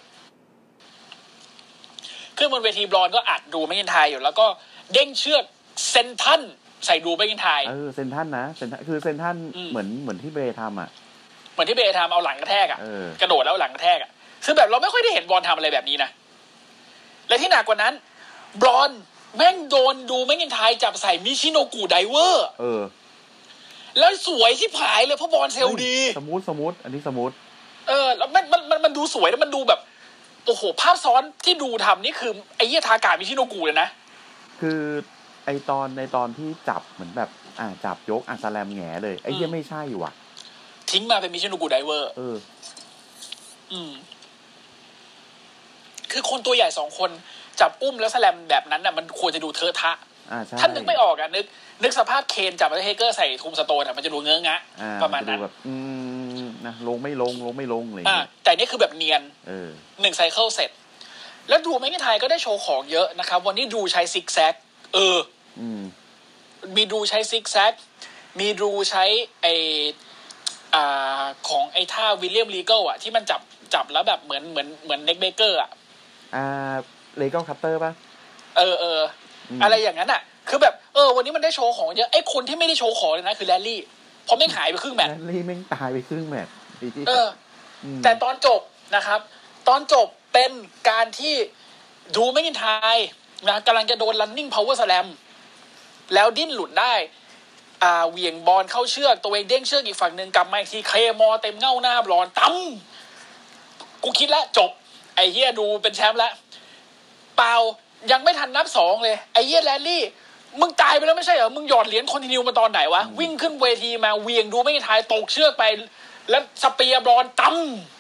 ขึ้นบนเวทีบรอนก็อัดดูแมคกินไทร์อยู่แล้วก็เด้งเชือกเซนทันใส่ดูแมคกินไทร์เซนทันนะคือเซนทันเหมือนที่เบย์ทำเหมือนที่เบย์ทำเอาหลังกระแทกกระโดดแล้วหลังกระแทกซึ่งแบบเราไม่ค่อยได้เห็นบรอนทำอะไรแบบนี้นะและที่หนักกว่านั้นบรอนแม่งโดนดูแมคกินไทร์จับใส่มิชิโนกุไดเวอร์แล้วสวยที่ผายเลยเพราะบรอนเซลดีสมูทอันนี้สมูทแล้วมันดูสวยแล้วมันดูแบบโอ้โหภาพซ้อนที่ดูทำนี่คือไอ้เหี้ยทากามิชิโนกุเลยนะคือในตอนที่จับเหมือนแบบจับยกสแลมแหง่เลยไอ้เหี้ยไม่ใช่ว่ะทิ้งมาเป็นมิชิโนกุไดเวอร์คือคนตัวใหญ่2คนจับอุ้มแล้วสแลมแบบนั้นน่ะมันควรจะดูเทอะทะท่านนึกไม่ออกนึกสภาพเคนจับเฮเกอร์ใส่ทูมสโตนมันจะดูเงอะงะประมาณนั้นแบบนะลงไม่ลงอะไรแต่นี่คือแบบเนียน1ไซเคิลเสร็จแล้วดูแมคกินไทร์ก็ได้โชว์ของเยอะนะครับวันนี้ดูใช้ซิกแซกมีดูใช้ซิกแซกมีดูใช้ของไอ้ท่าวิลเลียมลีเกิลที่มันจับแล้วแบบเหมือนเน็กเบเกอร์เลเกิลคัตเตอร์ป่ะอะไรอย่างนั้นคือแบบวันนี้มันได้โชว์ของเยอะไอ้คนที่ไม่ได้โชว์ของเลยนะคือแรลลี่เพราะแม่งหายไปครึ่งแมตช์แรลลี่แม่งตายไปครึ่งแมตช์แต่ตอนจบนะครับตอนจบเป็นการที่ดูแมคกินไทร์นะกำลังจะโดน running power slam แล้วดิ้นหลุดได้เหวี่ยงบอลเข้าเชือกตัวเองเด้งเชือกอีกฝั่งนึงกลับมาอีกทีเคมอเต็มเง่าหน้าบอลตั้มกูคิดแล้วจบไอ้เหี้ยดูเป็นแชมป์แล้วเปล่ายังไม่ทันนับ2เลยไอ้เหี้ยแรลลี่มึงตายไปแล้วไม่ใช่เหรอมึงหยอดเหรียญคอนทินิวมาตอนไหนวะวิ่งขึ้นเวทีมาเหวี่ยงดูแมคกินไทร์ตกเชือกไปแล้วสเปียร์บอลตั้ม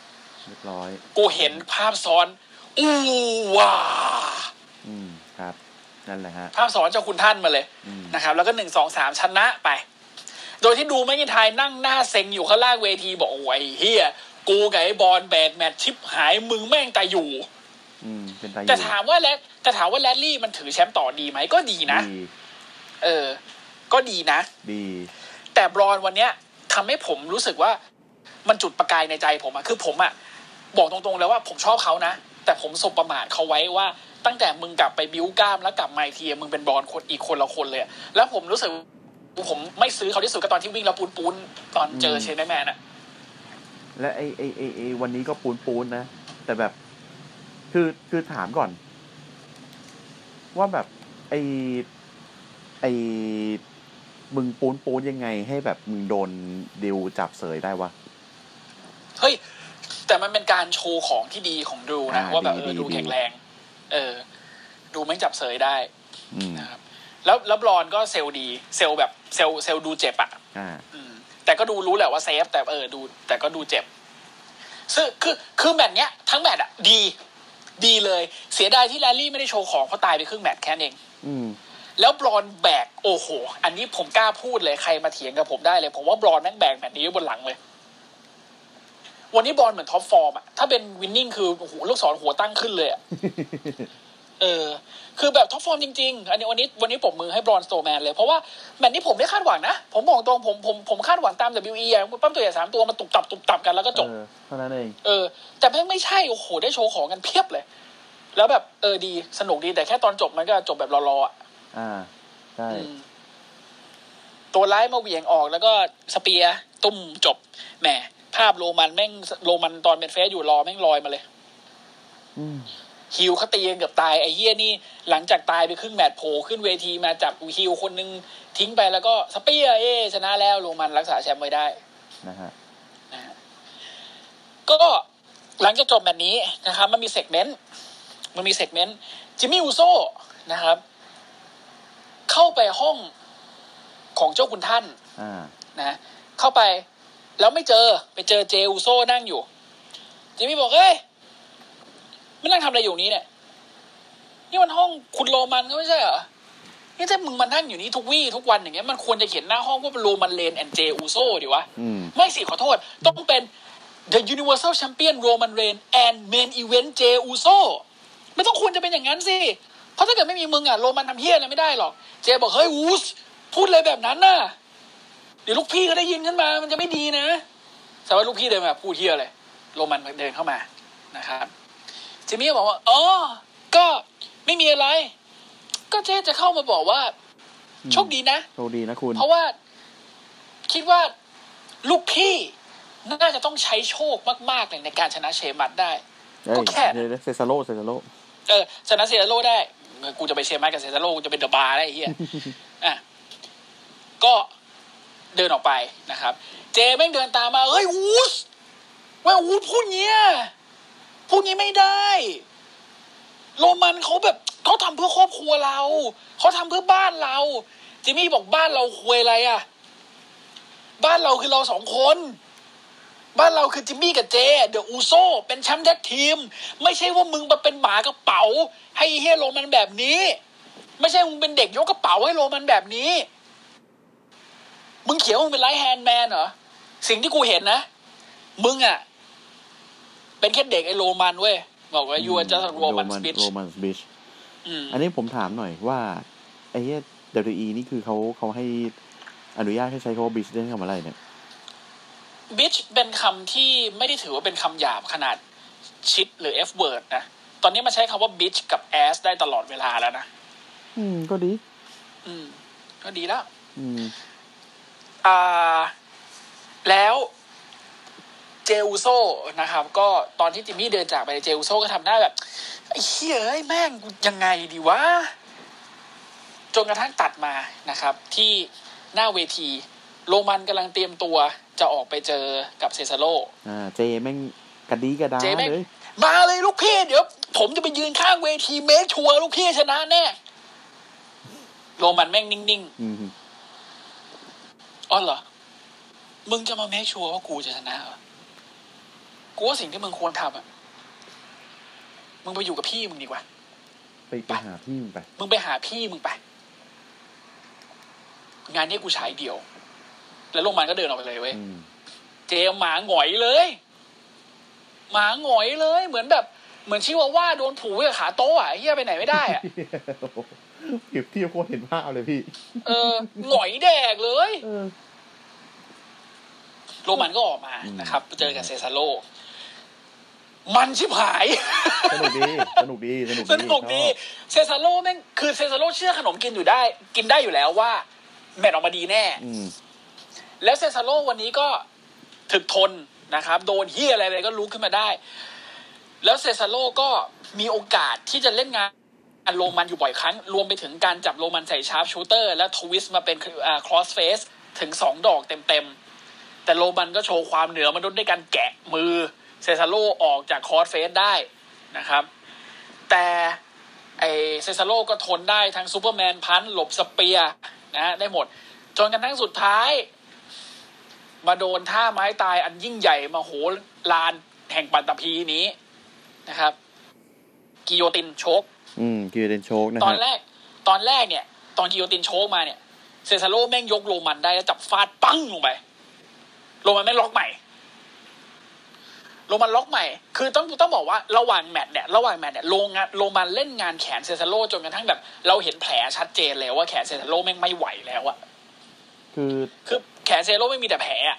เรียบร้อยกูเห็นภาพซ้อนอู้ว้าครับนั่นแหละฮะภาพซ้อนเจ้าคุณท่านมาเลยนะครับแล้วก็1 2 3ชนะไปโดยที่ดูไม่กี่ทายนั่งหน้าเซ็งอยู่ข้างล่างเวทีบอกโอ้ยเฮียกูกับไอ้บอลแบกแมตช์ชิปหายมึงแม่งตายอยู่เป็นตายอยู่แต่ถามว่าแรดลี่มันถือแชมป์ต่อดีไหมก็ดีนะก็ดีนะดีแต่บรอนวันเนี้ยทำให้ผมรู้สึกว่ามันจุดประกายในใจผมอะคือผมอะบอกตรงๆเลยว่าผมชอบเขานะแต่ผมสบประมาทเขาไว้ว่าตั้งแต่มึงกลับไปบิ้วกล้ามแล้วกลับมาอีกทีมึงเป็นบรอนคนอีกคนละคนเลยแล้วผมรู้สึกผมไม่ซื้อเขาที่สุดก็ตอนที่วิ่งแล้วปูนตอนเจอเชนแมนอะและไอวันนี้ก็ปูนนะแต่แบบคือถามก่อนว่าแบบไอมึงปูนยังไงให้แบบมึงโดนดิวจับเสยได้วะเฮ้ยแต่มันเป็นการโชว์ของที่ดีของดูนะว่าแบบดูแข็งแรงดูไม่จับเสยได้นะครับแล้วบรอนก็เซลดีเซลแบบเซลดูเจ็บอ่ะแต่ก็ดูรู้แหละว่าเซฟแต่ดูแต่ก็ดูเจ็บซึ่งคือแมตช์เนี้ยทั้งแมตช์อ่ะดีเลยเสียดายที่แรลลี่ไม่ได้โชว์ของเพราะตายไปครึ่งแมตช์แค่นั้นเองแล้วบรอนแบกโอ้โหอันนี้ผมกล้าพูดเลยใครมาเถียงกับผมได้เลยผมว่าบรอนแม่งแบกแมตช์นี้บนหลังเลยวันนี้บอลเหมือนท็อปฟอร์มอ่ะถ้าเป็นวินนิ่งคือโอ้โหลูกศรหัวตั้งขึ้นเลยอ่ะคือแบบท็อปฟอร์มจริงๆอันนี้วันนี้ผมมือให้บรอนสโตแมนเลยเพราะว่าแมตช์นี้ผมไม่คาดหวังนะผมบอกตรงผมคาดหวังตาม WE อ่ะปั้มตัวใหญ่3ตัวมาตุบตับกันแล้วก็จบเท่านั้นเองแต่ไม่ใช่โอ้โหได้โชว์ของกันเพียบเลยแล้วแบบดีสนุกดีแต่แค่ตอนจบมันก็จบแบบรอๆอ่ะใช่ตัวร้ายมาเหวี่ยงออกแล้วก็สเปียร์ตุ้มจบแหมภาพโรมันตอนเป็นเฟสอยู่รอแม่งลอยมาเลยฮิวเขาตีกันเกือบตายไอ้เหี้ยนี่หลังจากตายไปครึ่งแมตช์โผล่ขึ้นเวทีมาจับฮิวคนนึงทิ้งไปแล้วก็สเปียร์ชนะแล้วโรมันรักษาแชมป์ไว้ได้นะฮะก็หลังจากจบแมตช์นี้นะครับมันมีเซกเมนต์จิมมี่อูโซนะครับเข้าไปห้องของเจ้าคุณท่านนะเข้าไปแล้วไปเจอเจอูโซนั่งอยู่จิมมี่บอกเฮ้ยไม่นั่งทำอะไรอยู่นี้เนี่ยนี่มันห้องคุณโรมันก็ไม่ใช่เหรอนี่ถ้ามึงมานั่งอยู่นี้ทุกวันอย่างเงี้ยมันควรจะเขียนหน้าห้องว่าเป็นโรมันเลนแอนด์เจอูโซดิวะไม่สิขอโทษต้องเป็น The Universal Champion Roman Reigns and Main Event เจอูโซไม่ต้องควรจะเป็นอย่างนั้นสิเพราะถ้าเกิดไม่มีมึงอ่ะโรมันทำเฮี้ยอะไรไม่ได้หรอกเจบอกเฮ้ยวูสพูดอะไรแบบนั้นน่ะเดี๋ยวลูกพี่ก็ได้ยินขึ้นมามันจะไม่ดีนะแต่ว่าลูกพี่เดินมาพูดเฮี้ยอะไรโรมันเดินเข้ามานะครับจิมมี่บอกว่าก็ไม่มีอะไรก็เจ๊จะเข้ามาบอกว่าโชคดีนะคุณเพราะว่าคิดว่าลูกพี่น่าจะต้องใช้โชคมากๆเลยในการชนะเชมัสได้ก็แค่เซซาโร่ชนะเซซาโร่ได้กูจะไปเชมัสกับเซซาโร่กูจะเป็นเดอะบาร์ได้ไอ้เหี้ยก็เดินออกไปนะครับเจแม่งเดินตามมาเฮ้ยวูสพูดเงี้ยไม่ได้โรมันเขาแบบเขาทำเพื่อครอบครัวเราเขาทำเพื่อบ้านเราจิมมี่บอกบ้านเราคุยอะไรอ่ะบ้านเราคือเรา2คนบ้านเราคือจิมมี่กับเจเดอะอูโซเป็นแชมป์แท็กทีมไม่ใช่ว่ามึงมาเป็นหมากระเป๋าให้เฮียโรมันแบบนี้ไม่ใช่มึงเป็นเด็กยกกระเป๋าให้โรมันแบบนี้มึงเขียวมึงเป็นไลท์แฮนด์แมนเหรอสิ่งที่กูเห็นนะมึงอ่ะเป็นแค่เด็กไอ้โรมันเว้ยบอกว่ายูอาร์จัสต์โรมันบิชอันนี้ผมถามหน่อยว่าไอ้เหี้ย WWE นี่คือเขาให้อนุญาตให้ใช้คำว่าบิชได้ทำอะไรเนี่ยบิชเป็นคำที่ไม่ได้ถือว่าเป็นคำหยาบขนาดชิดหรือ F word นะตอนนี้มาใช้คำว่าบิชกับ ass ได้ตลอดเวลาแล้วนะก็ดีก็ดีแล้วแล้วเจอูโซนะครับก็ตอนที่จิมมี่เดินจากไปเจอูโซก็ทำหน้าแบบไอ้เหี้ยแม่งยังไงดีวะจนกระทั่งตัดมานะครับที่หน้าเวทีโรมันกำลังเตรียมตัวจะออกไปเจอกับเซซาโร่เจแม่งกระดีกระดาเลยมาเลยลูกพี่เดี๋ยวผมจะไปยืนข้างเวทีเมคชัวร์ลูกพี่ชนะแน่โรมันแม่งนิ่งๆอ๋อเหรอมึงจะมาเมคชัวร์ว่ากูจะชนะเหรอกูว่าสิ่งที่มึงควรทำอ่ะมึงไปอยู่กับพี่มึงดีกว่าไปหาพี่มึงไปมึงไปหาพี่มึงไปงานนี้กูฉายเดี่ยวแล้วโรมันก็เดินออกไปเลยเว้ยเจมหมาหงอยเลยหมาหงอยเลยเหมือนชิวาว่าโดนผูกกับขาโต๊ะอ่ะเหี้ยไปไหนไม่ได้อ่ะเก็บที่โคตรเห็นภาพเลยพี่หงอยแดกเลยโรมันก็ออกมานะครับเจอกับเซซาโลมันชิบหายสนุกดีเซซาโลแม่งคือเซซาโลเชื่อขนมกินได้อยู่แล้วว่าแมตช์ออกมาดีแน่แล้วเซซาโลวันนี้ก็ถึกทนนะครับโดนเหี้ยอะไรก็ลุกขึ้นมาได้แล้วเซซาโลก็มีโอกาสที่จะเล่นงานโรมันอยู่บ่อยครั้งรวมไปถึงการจับโรมันใส่ชาร์ปชูเตอร์และทวิสต์มาเป็นครอสเฟสถึง2ดอกเต็มๆแต่โรมันก็โชว์ความเหนือมนุษย์ด้วยการแกะมือเซซาโลออกจากคอร์สเฟสได้นะครับแต่เซซาโลก็ทนได้ทั้งซูเปอร์แมนพันหลบสเปียร์นะได้หมดจนกระทั่งสุดท้ายมาโดนท่าไม้ตายอันยิ่งใหญ่มโหฬารแห่งปัตตภีนี้นะครับกิโยตินโชกกิโยตินโชกนะตอนแรกเนี่ยตอนกิโยตินโชกมาเนี่ยเซซาโลแม่งยกโรมันได้แล้วจับฟาดปั้งลงไปโรมันแม่งล็อกใหม่คือต้องบอกว่าระหว่างแมตช์เนี่ยโรมันเล่นงานแขนเซซาโลจนกระทั่งแบบเราเห็นแผลชัดเจนแล้วว่าแขนเซซาโลแม่งไม่ไหวแล้วอะคือแขนเซซาโลไม่มีแต่แผลอ่ะ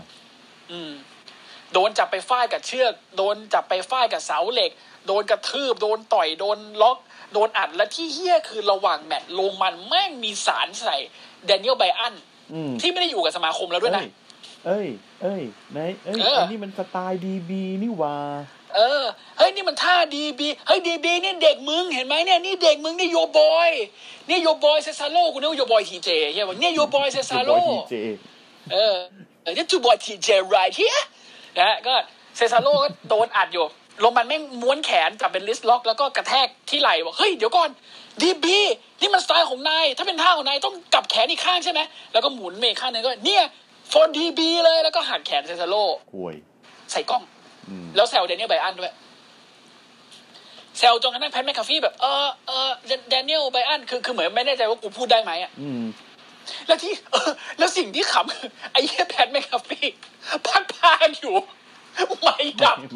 โดนจับไปฟาดกับเชือกโดนจับไปฟาดกับเสาเหล็กโดนกระทืบโดนต่อยโดนล็อกโดนอัดและที่เหี้ยคือระหว่างแมตช์โรมันแม่งมีสารใส่แดเนียลไบอันที่ไม่ได้อยู่กับสมาคมแล้วด้วยนะไหนอันนี้มันสไตล์ดีบีนี่ว่าเฮ้ยนี่มันท่าดีบีเฮ้ยดีบีนี่เด็กมึงเห็นไหมเนี่ยนี่เด็กมึงนี่โยบอยนี่โยบอยเซซาโลกูนึกว่าโยบอยทีเจใช่ป่ะเนี่ยโยบอยเซซาโลนี่จูบอยทีเจไรท์เฮียนะก็เซซาโลก็โดนอัดอยู่โรมันแม่งม้วนแขนจับเป็นลิสต์ล็อกแล้วก็กระแทกที่ไหล่บอกเฮ้ยเดี๋ยวก่อนดีบีนี่มันสไตล์ของนายถ้าเป็นท่าของนายต้องกลับแขนอีกข้างใช่ไหมแล้วก็หมุนเมฆข้างนึงก็เนี่ยfor DB เลยแล้วก็หักแขนเซซาโลใส่กล้องแล้วแซวแดเนียลไบอันด้วยแซวจนกระทั่งแพทแมคคาฟี่แบบแดเนียลไบอันคือเหมือนไม่แน่ใจว่ากูพูดได้ไหมอ่ะแล้วที่แล้วสิ่งที่ขำไอ้แพทแมคคาฟี่พักพากอยู่ไม่ดับ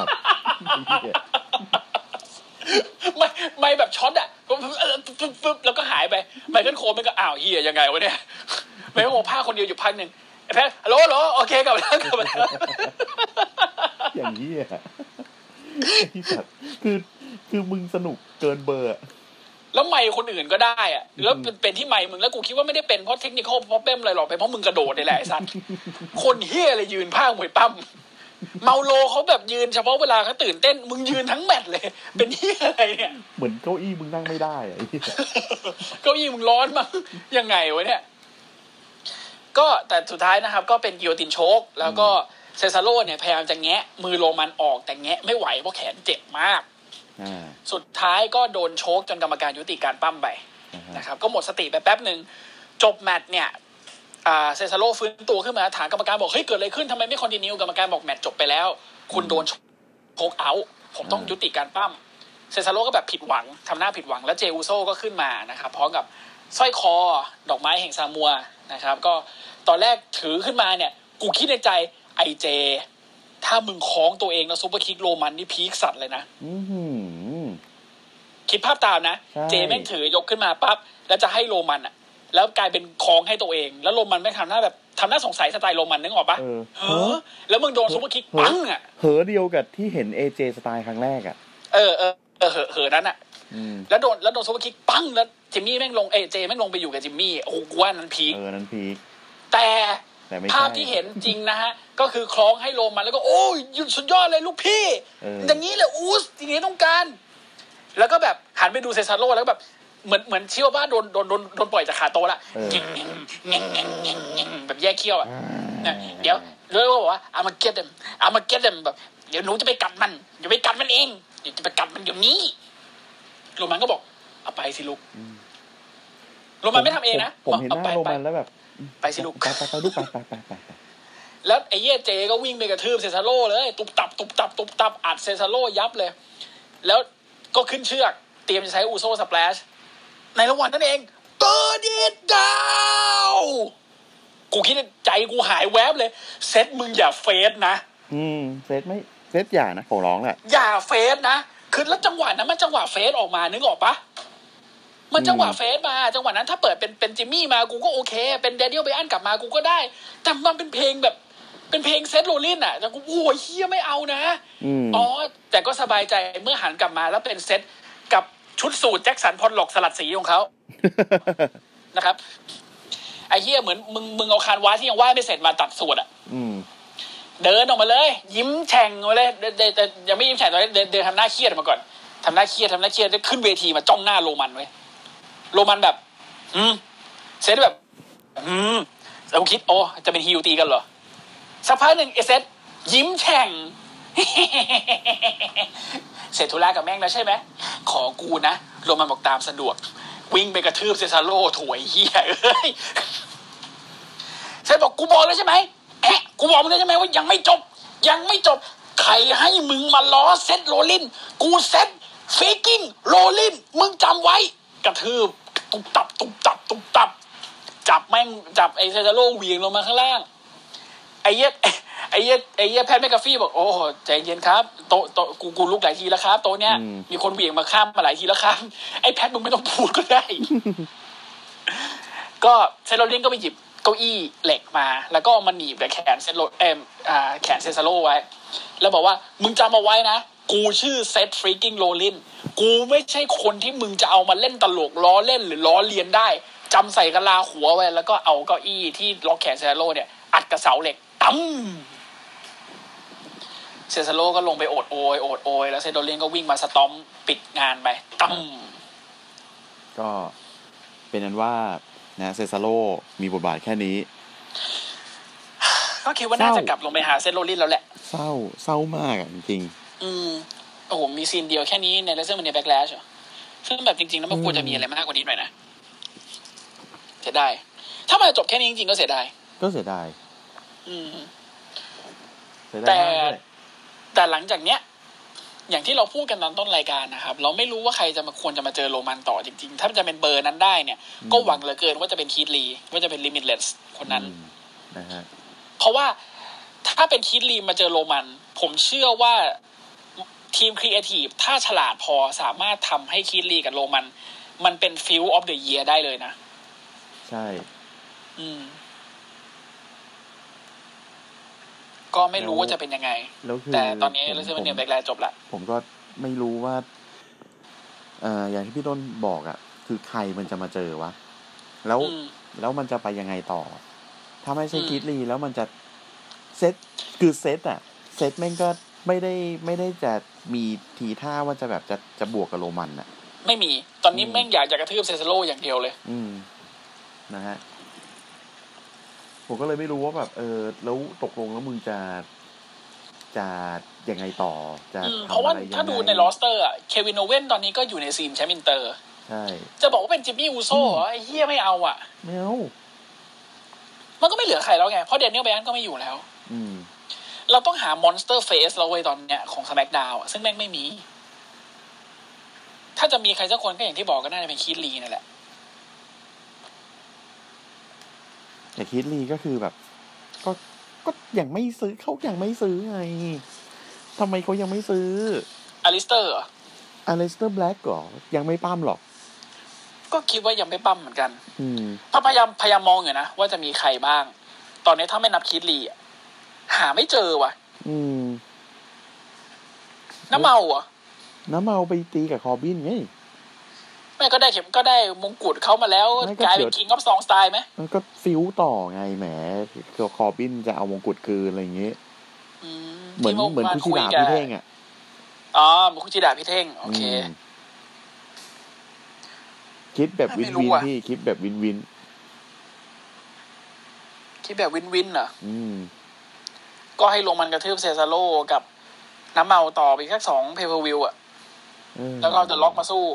ไม่แบบช็อตอ่ะแล้วก็หายไปไมเคิลโคมันก็อ้าวเฮียยังไงวะเนี่ยไม่โอ้ผ้าคนเดียวอยู่พักนึงไอ้แพทฮัลโหลโอเคกลับมาแล้วอย่างนี้อ่ะที่สัตว์คือมึงสนุกเกินเบอร์แล้วไมค์คนอื่นก็ได้อ่ะแล้วเป็นที่ไมค์มึงแล้วกูคิดว่าไม่ได้เป็นเพราะเทคนิคอลเพราะเป้มอะไรหรอกเป็นเพราะมึงกระโดดนี่แหละไอ้สัตว์คนเฮียอะไรยืนภาคมวยปั้มเมาโลเขาแบบยืนเฉพาะเวลาเขาตื่นเต้นมึงยืนทั้งแมตช์เลยเป็นเฮียอะไรเนี่ยเหมือนเก้าอี้มึงนั่งไม่ได้อ่ะเก้าอี้มึงร้อนมั้งยังไงวะเนี่ยก็แต่สุดท้ายนะครับก็เป็นกิโยตินโชกแล้วก็เซซาโลเนี่ยพยายามจะแงะมือโรมันออกแต่แงะไม่ไหวเพราะแขนเจ็บมากสุดท้ายก็โดนโชกจนกรรมการยุติการปั้มไปนะครับก็หมดสติไปแป๊บนึงจบแมตช์เนี่ยเซซาโลฟื้นตัวขึ้นมาถามกรรมการบอกเฮ้ยเกิดอะไรขึ้นทำไมไม่คอนติเนียกรรมการบอกแมตช์จบไปแล้วคุณโดนโชกเอาผมต้องยุติการปั้มเซซาโลก็แบบผิดหวังทำหน้าผิดหวังแล้วเจอุโซก็ขึ้นมานะครับพร้อมกับสร้อยคอดอกไม้แห่งซามัวนะครับก็ตอนแรกถือขึ้นมาเนี่ยกูคิดในใจไอเจถ้ามึงคล้องตัวเองแล้วซุปเปอร์คิกโรมันนี่พีคสัตว์เลยนะคิดภาพตามนะเจแม่งถือยกขึ้นมาปั๊บแล้วจะให้โรมันอ่ะแล้วกลายเป็นคล้องให้ตัวเองแล้วโรมันไม่ทำหน้าแบบทำหน้าสงสัยสไตล์โรมันนึกออกปะแล้วมึงโดนซุปเปอร์คิกปังอ่ะเดียวกับที่เห็นเอเจสไตล์ครั้งแรกอ่ะนั้นอ่ะแล้วโดนซุปเปอร์คิกปังแล้วจิมมี่แม่งลงเจแม่งลงไปอยู่กับจิมมี่โอ้กูว่านั้นพีคนั้นพีคแต่ภาพที่เห็นจริงนะฮะก็คือคล้องให้โรมันแล้วก็โอ้ยสุดยอดเลยลูกพี่อย่างนี้แหละอูสอย่างนี้ต้องการแล้วก็แบบหันไปดูเซซาโลแล้วก็แบบเหมือนเชื่อว่าโดนปล่อยจากขาโตละแบบแยกเขี้ยวอ่ะเดี๋ยวเลยบอกว่าเอามาเก็ตเดมแบบเดี๋ยวหนูจะไปกัดมันเดี๋ยวไปกัดมันเองเดี๋ยวจะไปกัดมันเดี๋ยวนี้โรมันก็บอกเอาไปสิลูกโรมันไม่ทำเองนะผมเห็นหน้าโรมันแล้วแบบไปสิลูกไปลูกไปแล้วไอ้เหี้ยเจก็วิ่งไปกระทืบเซซาโร่เลยตุบตับอัดเซซาโร่ยับเลยแล้วก็ขึ้นเชือกเตรียมจะใช้อูโซสแปลชในระหว่างนั้นเองเติร์ดอิทดาวกูคิดในใจกูหายแวบเลยเซตมึงอย่าเฟสนะเซตอย่านะขอร้องแหละอย่าเฟสนะคือแล้วจังหวะนั้นมันจังหวะเฟสออกมานึกออกปะมันจังหวะเฟสมาจังหวะนั้นถ้าเปิดเป็นจิมมี่มากูก็โอเคเป็นแดเนียลไบอันกลับมากูก็ได้แต่มันเป็นเพลงแบบเป็นเพลงเซตโรลลินอ่ะแต่กูโอ้ยเฮียไม่เอานะอ๋อแต่ก็สบายใจเมื่อหันกลับมาแล้วเป็นเซตกับชุดสูทแจ็คสันพอลล็อกสลัดสีของเขา นะครับไอ้เฮียเหมือนมึงเอาคานวาที่ยังว่ายไม่เสร็จมาตัดสูทอ่ะเดินออกมาเลยยิ้มแฉ่งมาเลยแต่ยังไม่ยิ้มแฉ่งตอนนี้เดินทำหน้าเครียดมาก่อนทำหน้าเครียดจะขึ้นเวทีมาจ้องหน้าโรมันไว้โรมันแบบเซตแบบแล้วคิดโอ้จะเป็นฮิลตีกันเหรอสักพักหนึ่งเซตยิ้มแฉ่ง เสร็จธุระกับแม่งแล้วใช่ไหมขอกูนะโรมันบอกตามสะดวกวิ่งไปกระทืบเซซาโร่ถวยเฮียเอ้ยเซตบอกกูบอกแล้วใช่ไหมกูบอกมึงแล้วใช่ไหมว่ายังไม่จบใครให้มึงมาล้อเซตโรลลินกูเซตฟีกิ้งโรลลินมึงจำไว้กระทืบตุบตับจับแม่งจับไอ้เซซาโร่เหวี่ยงลงมาข้างล่างไอ้เหี้ยแพทแมคกาฟี่บอกโอ้ใจเย็นครับโตกูลุกหลายทีแล้วครับโตเนี้ยมีคนเหวี่ยงมาข้ามมาหลายทีแล้วครับไอ้แพทมึงไม่ต้องพูดก็ได้ ก็เซโรลินก็ไปหยิบเก้าอี้เหล็กมาแล้วก็มาหนีบกับแขนแขนเซซาโร่ไว้แล้วบอกว่ามึงจำเอาไว้นะกูชื่อเซตฟรีกิ้งโรลินกูไม่ใช่คนที่มึงจะเอามาเล่นตลกล้อเล่นหรือล้อเลียนได้จำใส่กะลาหัวไว้แล้วก็เอาเก้าอี้ที่ล็อกแขนเซซาโร่เนี่ยอัดกับเสาเหล็กตั้มเซซาโร่ก็ลงไปโอดโอยแล้วเซโดเลียนก็วิ่งมาสตอมปิดงานไปตั้มก็เป็นนั้นว่านะเซซาโร่มีบทบาทแค่นี้ก็คิดว่าน่าจะกลับลงไปหาเซโรลินแล้วแหละเศร้ามากอ่ะจริงโอ้โหมีซีนเดียวแค่นี้ในเลเซอร์มันในแบ็คแลชซึ่งแบบจริงๆแล้วมันควรจะมีอะไรมากกว่านี้หน่อยนะเสียดายถ้ามันจบแค่นี้จริงๆก็เสียดายแต่หลังจากเนี้ยอย่างที่เราพูดกันตอนต้นรายการนะครับเราไม่รู้ว่าใครจะมาควรจะมาเจอโรมันต่อจริงๆถ้าจะเป็นเบอร์นั้นได้เนี่ยก็หวังเหลือเกินว่าจะเป็นคีธลีว่าจะเป็นลิมิตเลสคนนั้นนะฮะเพราะว่าถ้าเป็นคีธลีมาเจอโรมันผมเชื่อว่าทีมครีเอทีฟถ้าฉลาดพอสามารถทำให้คีธลีกับโรมันเป็นฟิลออฟเดอะเยียร์ได้เลยนะใช่ก็ไม่รู้ว่าจะเป็นยังไงแต่ตอนนี้เลเซอร์เนียแบ็คแลชจบละผมก็ไม่รู้ว่าอย่างที่พี่ต้นบอกอ่ะคือใครมันจะมาเจอวะแล้วมันจะไปยังไงต่อถ้าไม่ใช่คิดลีแล้วมันจะเซตคือเซตแม่งก็ไม่ได้จะมีทีท่าว่าจะแบบจะบวกกับโรมันน่ะไม่มีตอนนี้แม่งอยากจะกระทืบเซซาโร่อย่างเดียวเลยนะฮะผมก็เลยไม่รู้ว่าแบบแล้วตกลงแล้วมึงจะยังไงต่อจะเพราะว่าถ้าดูในโรสเตอร์อ่ะเควินโอเว่นตอนนี้ก็อยู่ในซีมแชมป์อินเตอร์ใช่จะบอกว่าเป็นจิมมี่อูโซ่ไอ้เหี้ยไม่เอาอ่ะไม่เอามันก็ไม่เหลือใครแล้วไงเพราะเดนเนียลไบอันก็ไม่อยู่แล้วเราต้องหามอนสเตอร์เฟสเราไว้ตอนเนี้ยของ SmackDown ซึ่งแม่งไม่มีถ้าจะมีใครสักคนก็อย่างที่บอกก็น่าจะเป็นคีธลีนั่นแหละแต่คีธลีก็คือแบบก็ยังไม่ซื้อเขายังไม่ซื้อไงทำไมเขายังไม่ซื้ออลิสเตอร์แบล็กเหรอยังไม่ปั้มหรอกก็คิดว่ายังไม่ปั้มเหมือนกันพยายามมองอยู่นะว่าจะมีใครบ้างตอนนี้ถ้าไม่นับคีธลีหาไม่เจอว่ะน้ำเมาไปตีกับคอร์บินไงไม่ก็ได้มงกุฎเขามาแล้วกลายเป็นคิงออฟซองสไตล์ไหมมันก็ฟิวต่อไงแหมคอร์บินจะเอามงกุฎคืนอะไรอย่างเงี้ยเหมือนคุชิดะพี่เท่งอ่ะเหมือนคุชิดะพี่เท่งโอเคคิดแบบวินพี่คิดแบบวินเหรอก็ให้ลงมันกระทืบเซซาโร่กับน้ำเมาต่อไปสัก2เพเปอร์วิวอ่ะแล้วก็จะล็อกมาสู้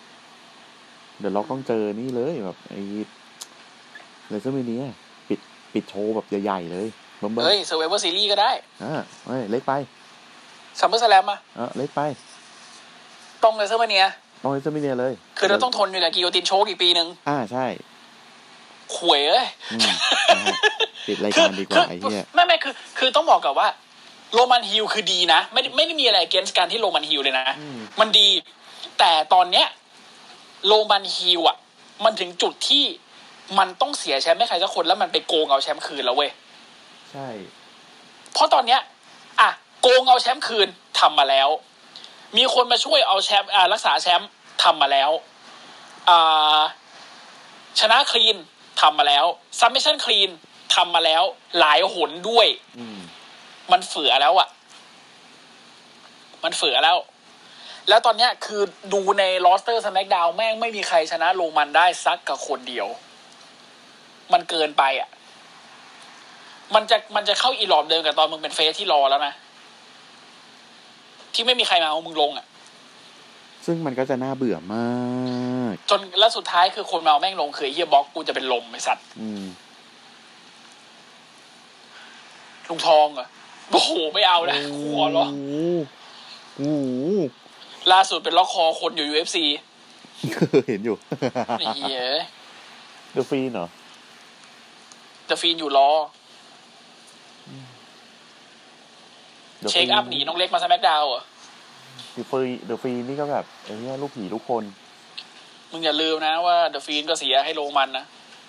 เดี๋ยวล็อกต้องเจอนี่เลยแบบไอ้เลเซอร์เมเนียปิปิดโชว์แบบใหญ่ๆเลยเบิ่มๆเฮ้ย Survivor Series ก็ได้เฮ้ยเล็กไป SummerSlam อ่ะเล็กไปต้อง WrestleMania ต้อง WrestleMania เลยคือเราต้องทนอยู่แหละกิโยตินโชว์กี่ปีนึงใช่ขวยเอ้ยปิดรายการดีกว่าไอ้เหี้ยไม่คือต้องบอกกับว่าโรมันฮิลคือดีนะไม่ได้มีอะไรเกนส์การที่โรมันฮิลเลยนะมันดีแต่ตอนเนี้ยโรมันฮิลอ่ะมันถึงจุดที่มันต้องเสียแชมป์ให้ใครสักคนแล้วมันไปโกงเอาแชมป์คืนแล้วเว้ยใช่เพราะตอนเนี้ยโกงเอาแชมป์คืนทำมาแล้วมีคนมาช่วยเอาแชมป์รักษาแชมป์ทำมาแล้วชนะคลีนทำมาแล้วซัมมิชชั่นคลีนทำมาแล้วหลายหนด้วยมันเฝือแล้วอ่ะมันเฝือแล้วตอนเนี้ยคือดูในโรสเตอร์สแมคดาวน์แม่งไม่มีใครชนะโรมันได้สักกับคนเดียวมันเกินไปอ่ะมันจะเข้าอีหลอบเดิมกับตอนมึงเป็นเฟสที่รอแล้วนะที่ไม่มีใครมาเอามึงลงอ่ะซึ่งมันก็จะน่าเบื่อมากจนแล้วสุดท้ายคือคนมาเอาแม่งลงคือเฮียบล็อกกูจะเป็นลมไอ้สัตว์ลุงทองอ่ะโอ้โหไม่เอานะขอร้องล่าสุดเป็นล็อกคอคนอยู่ UFC เห็นอยู่ไอ้เหี้ยเดอะฟีนเหรอเดอะฟีนอยู่รอเช็คอัพหนีน้องเล็กมาสแมคดาวน์อ่ะเดอะฟีนนี่ก็แบบไอ้เหี้ยลูกผีลูกคนมึงอย่าลืมนะว่าเดอะฟีนก็เสียให้โรมันนะ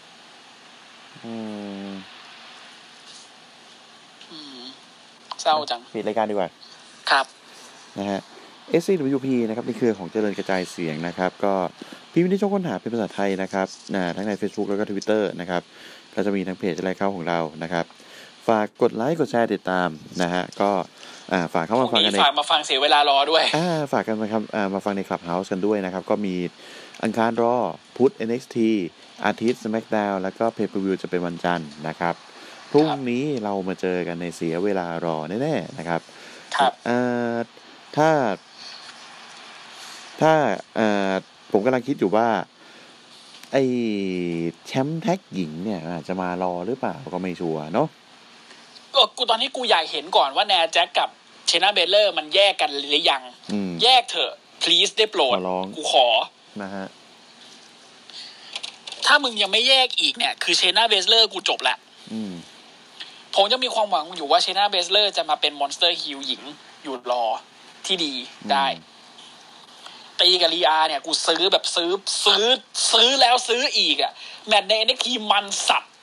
เศร้าจังปิดรายการดีกว่าครับนะฮะ SCWP นะครับในเครือของเจริญกระจายเสียงนะครับก็พิมพ์ที่ช่องค้นหาเป็นภาษาไทยนะครับทั้งใน Facebook แล้วก็ Twitter นะครับก็จะมีทั้งเพจและเข้าของเรานะครับฝากกดไลค์กดแชร์ติดตามนะฮะก็ฝากเข้ามาฟังกันในฝากมาฟังเสียเวลารอด้วยฝากกันนะครับมาฟังใน Clubhouse กันด้วยนะครับก็มีอังคารรอพุธ NXT อาทิตย์ SmackDown แล้วก็ Pay-Per-View จะเป็นวันจันทร์นะครับพรุ่งนี้เรามาเจอกันในเสียเวลารอแน่ๆนะครับครับถ้าผมกำลังคิดอยู่ว่าไอ้แชมป์แท็กหญิงเนี่ยจะมารอหรือเปล่าก็ไม่ชัวร์เนาะกูตอนนี้กูอยากเห็นก่อนว่าแนร์แจ็คกับเชน่าเบลเลอร์มันแยกกันหรือยังแยกเถอะ please ได้โปรดกูขอนะฮะถ้ามึงยังไม่แยกอีกเนี่ยคือเชน่าเบลเลอร์กูจบละผมจะมีความหวังอยู่ว่าเชน่าเบลเลอร์จะมาเป็นมอนสเตอร์ฮิลหญิงอยู่รอที่ดีได้ตีกับลีอาเนี่ยกูซื้อแบบซื้อแล้วซื้ออีกอ่ะแมตช์ใน NXT มันสัตว์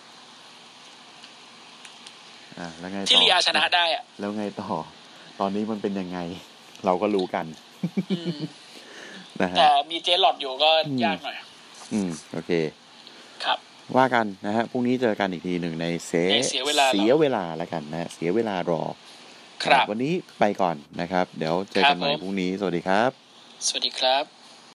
แล้วไงที่ลีอาชนะได้อ่ะแล้วไงต่อตอนนี้มันเป็นยังไงเราก็รู้กันนะฮะแต่มีเจลอดอยู่ก็ยากหน่อยโอเคครับว่ากันนะฮะพรุ่งนี้เจอกันอีกทีหนึ่งในเสียเวลาแล้วกันนะเสียเวลารอครับวันนี้ไปก่อนนะครับเดี๋ยวเจอกันใหม่พรุ่งนี้สวัสดีครับสวัสดีครับ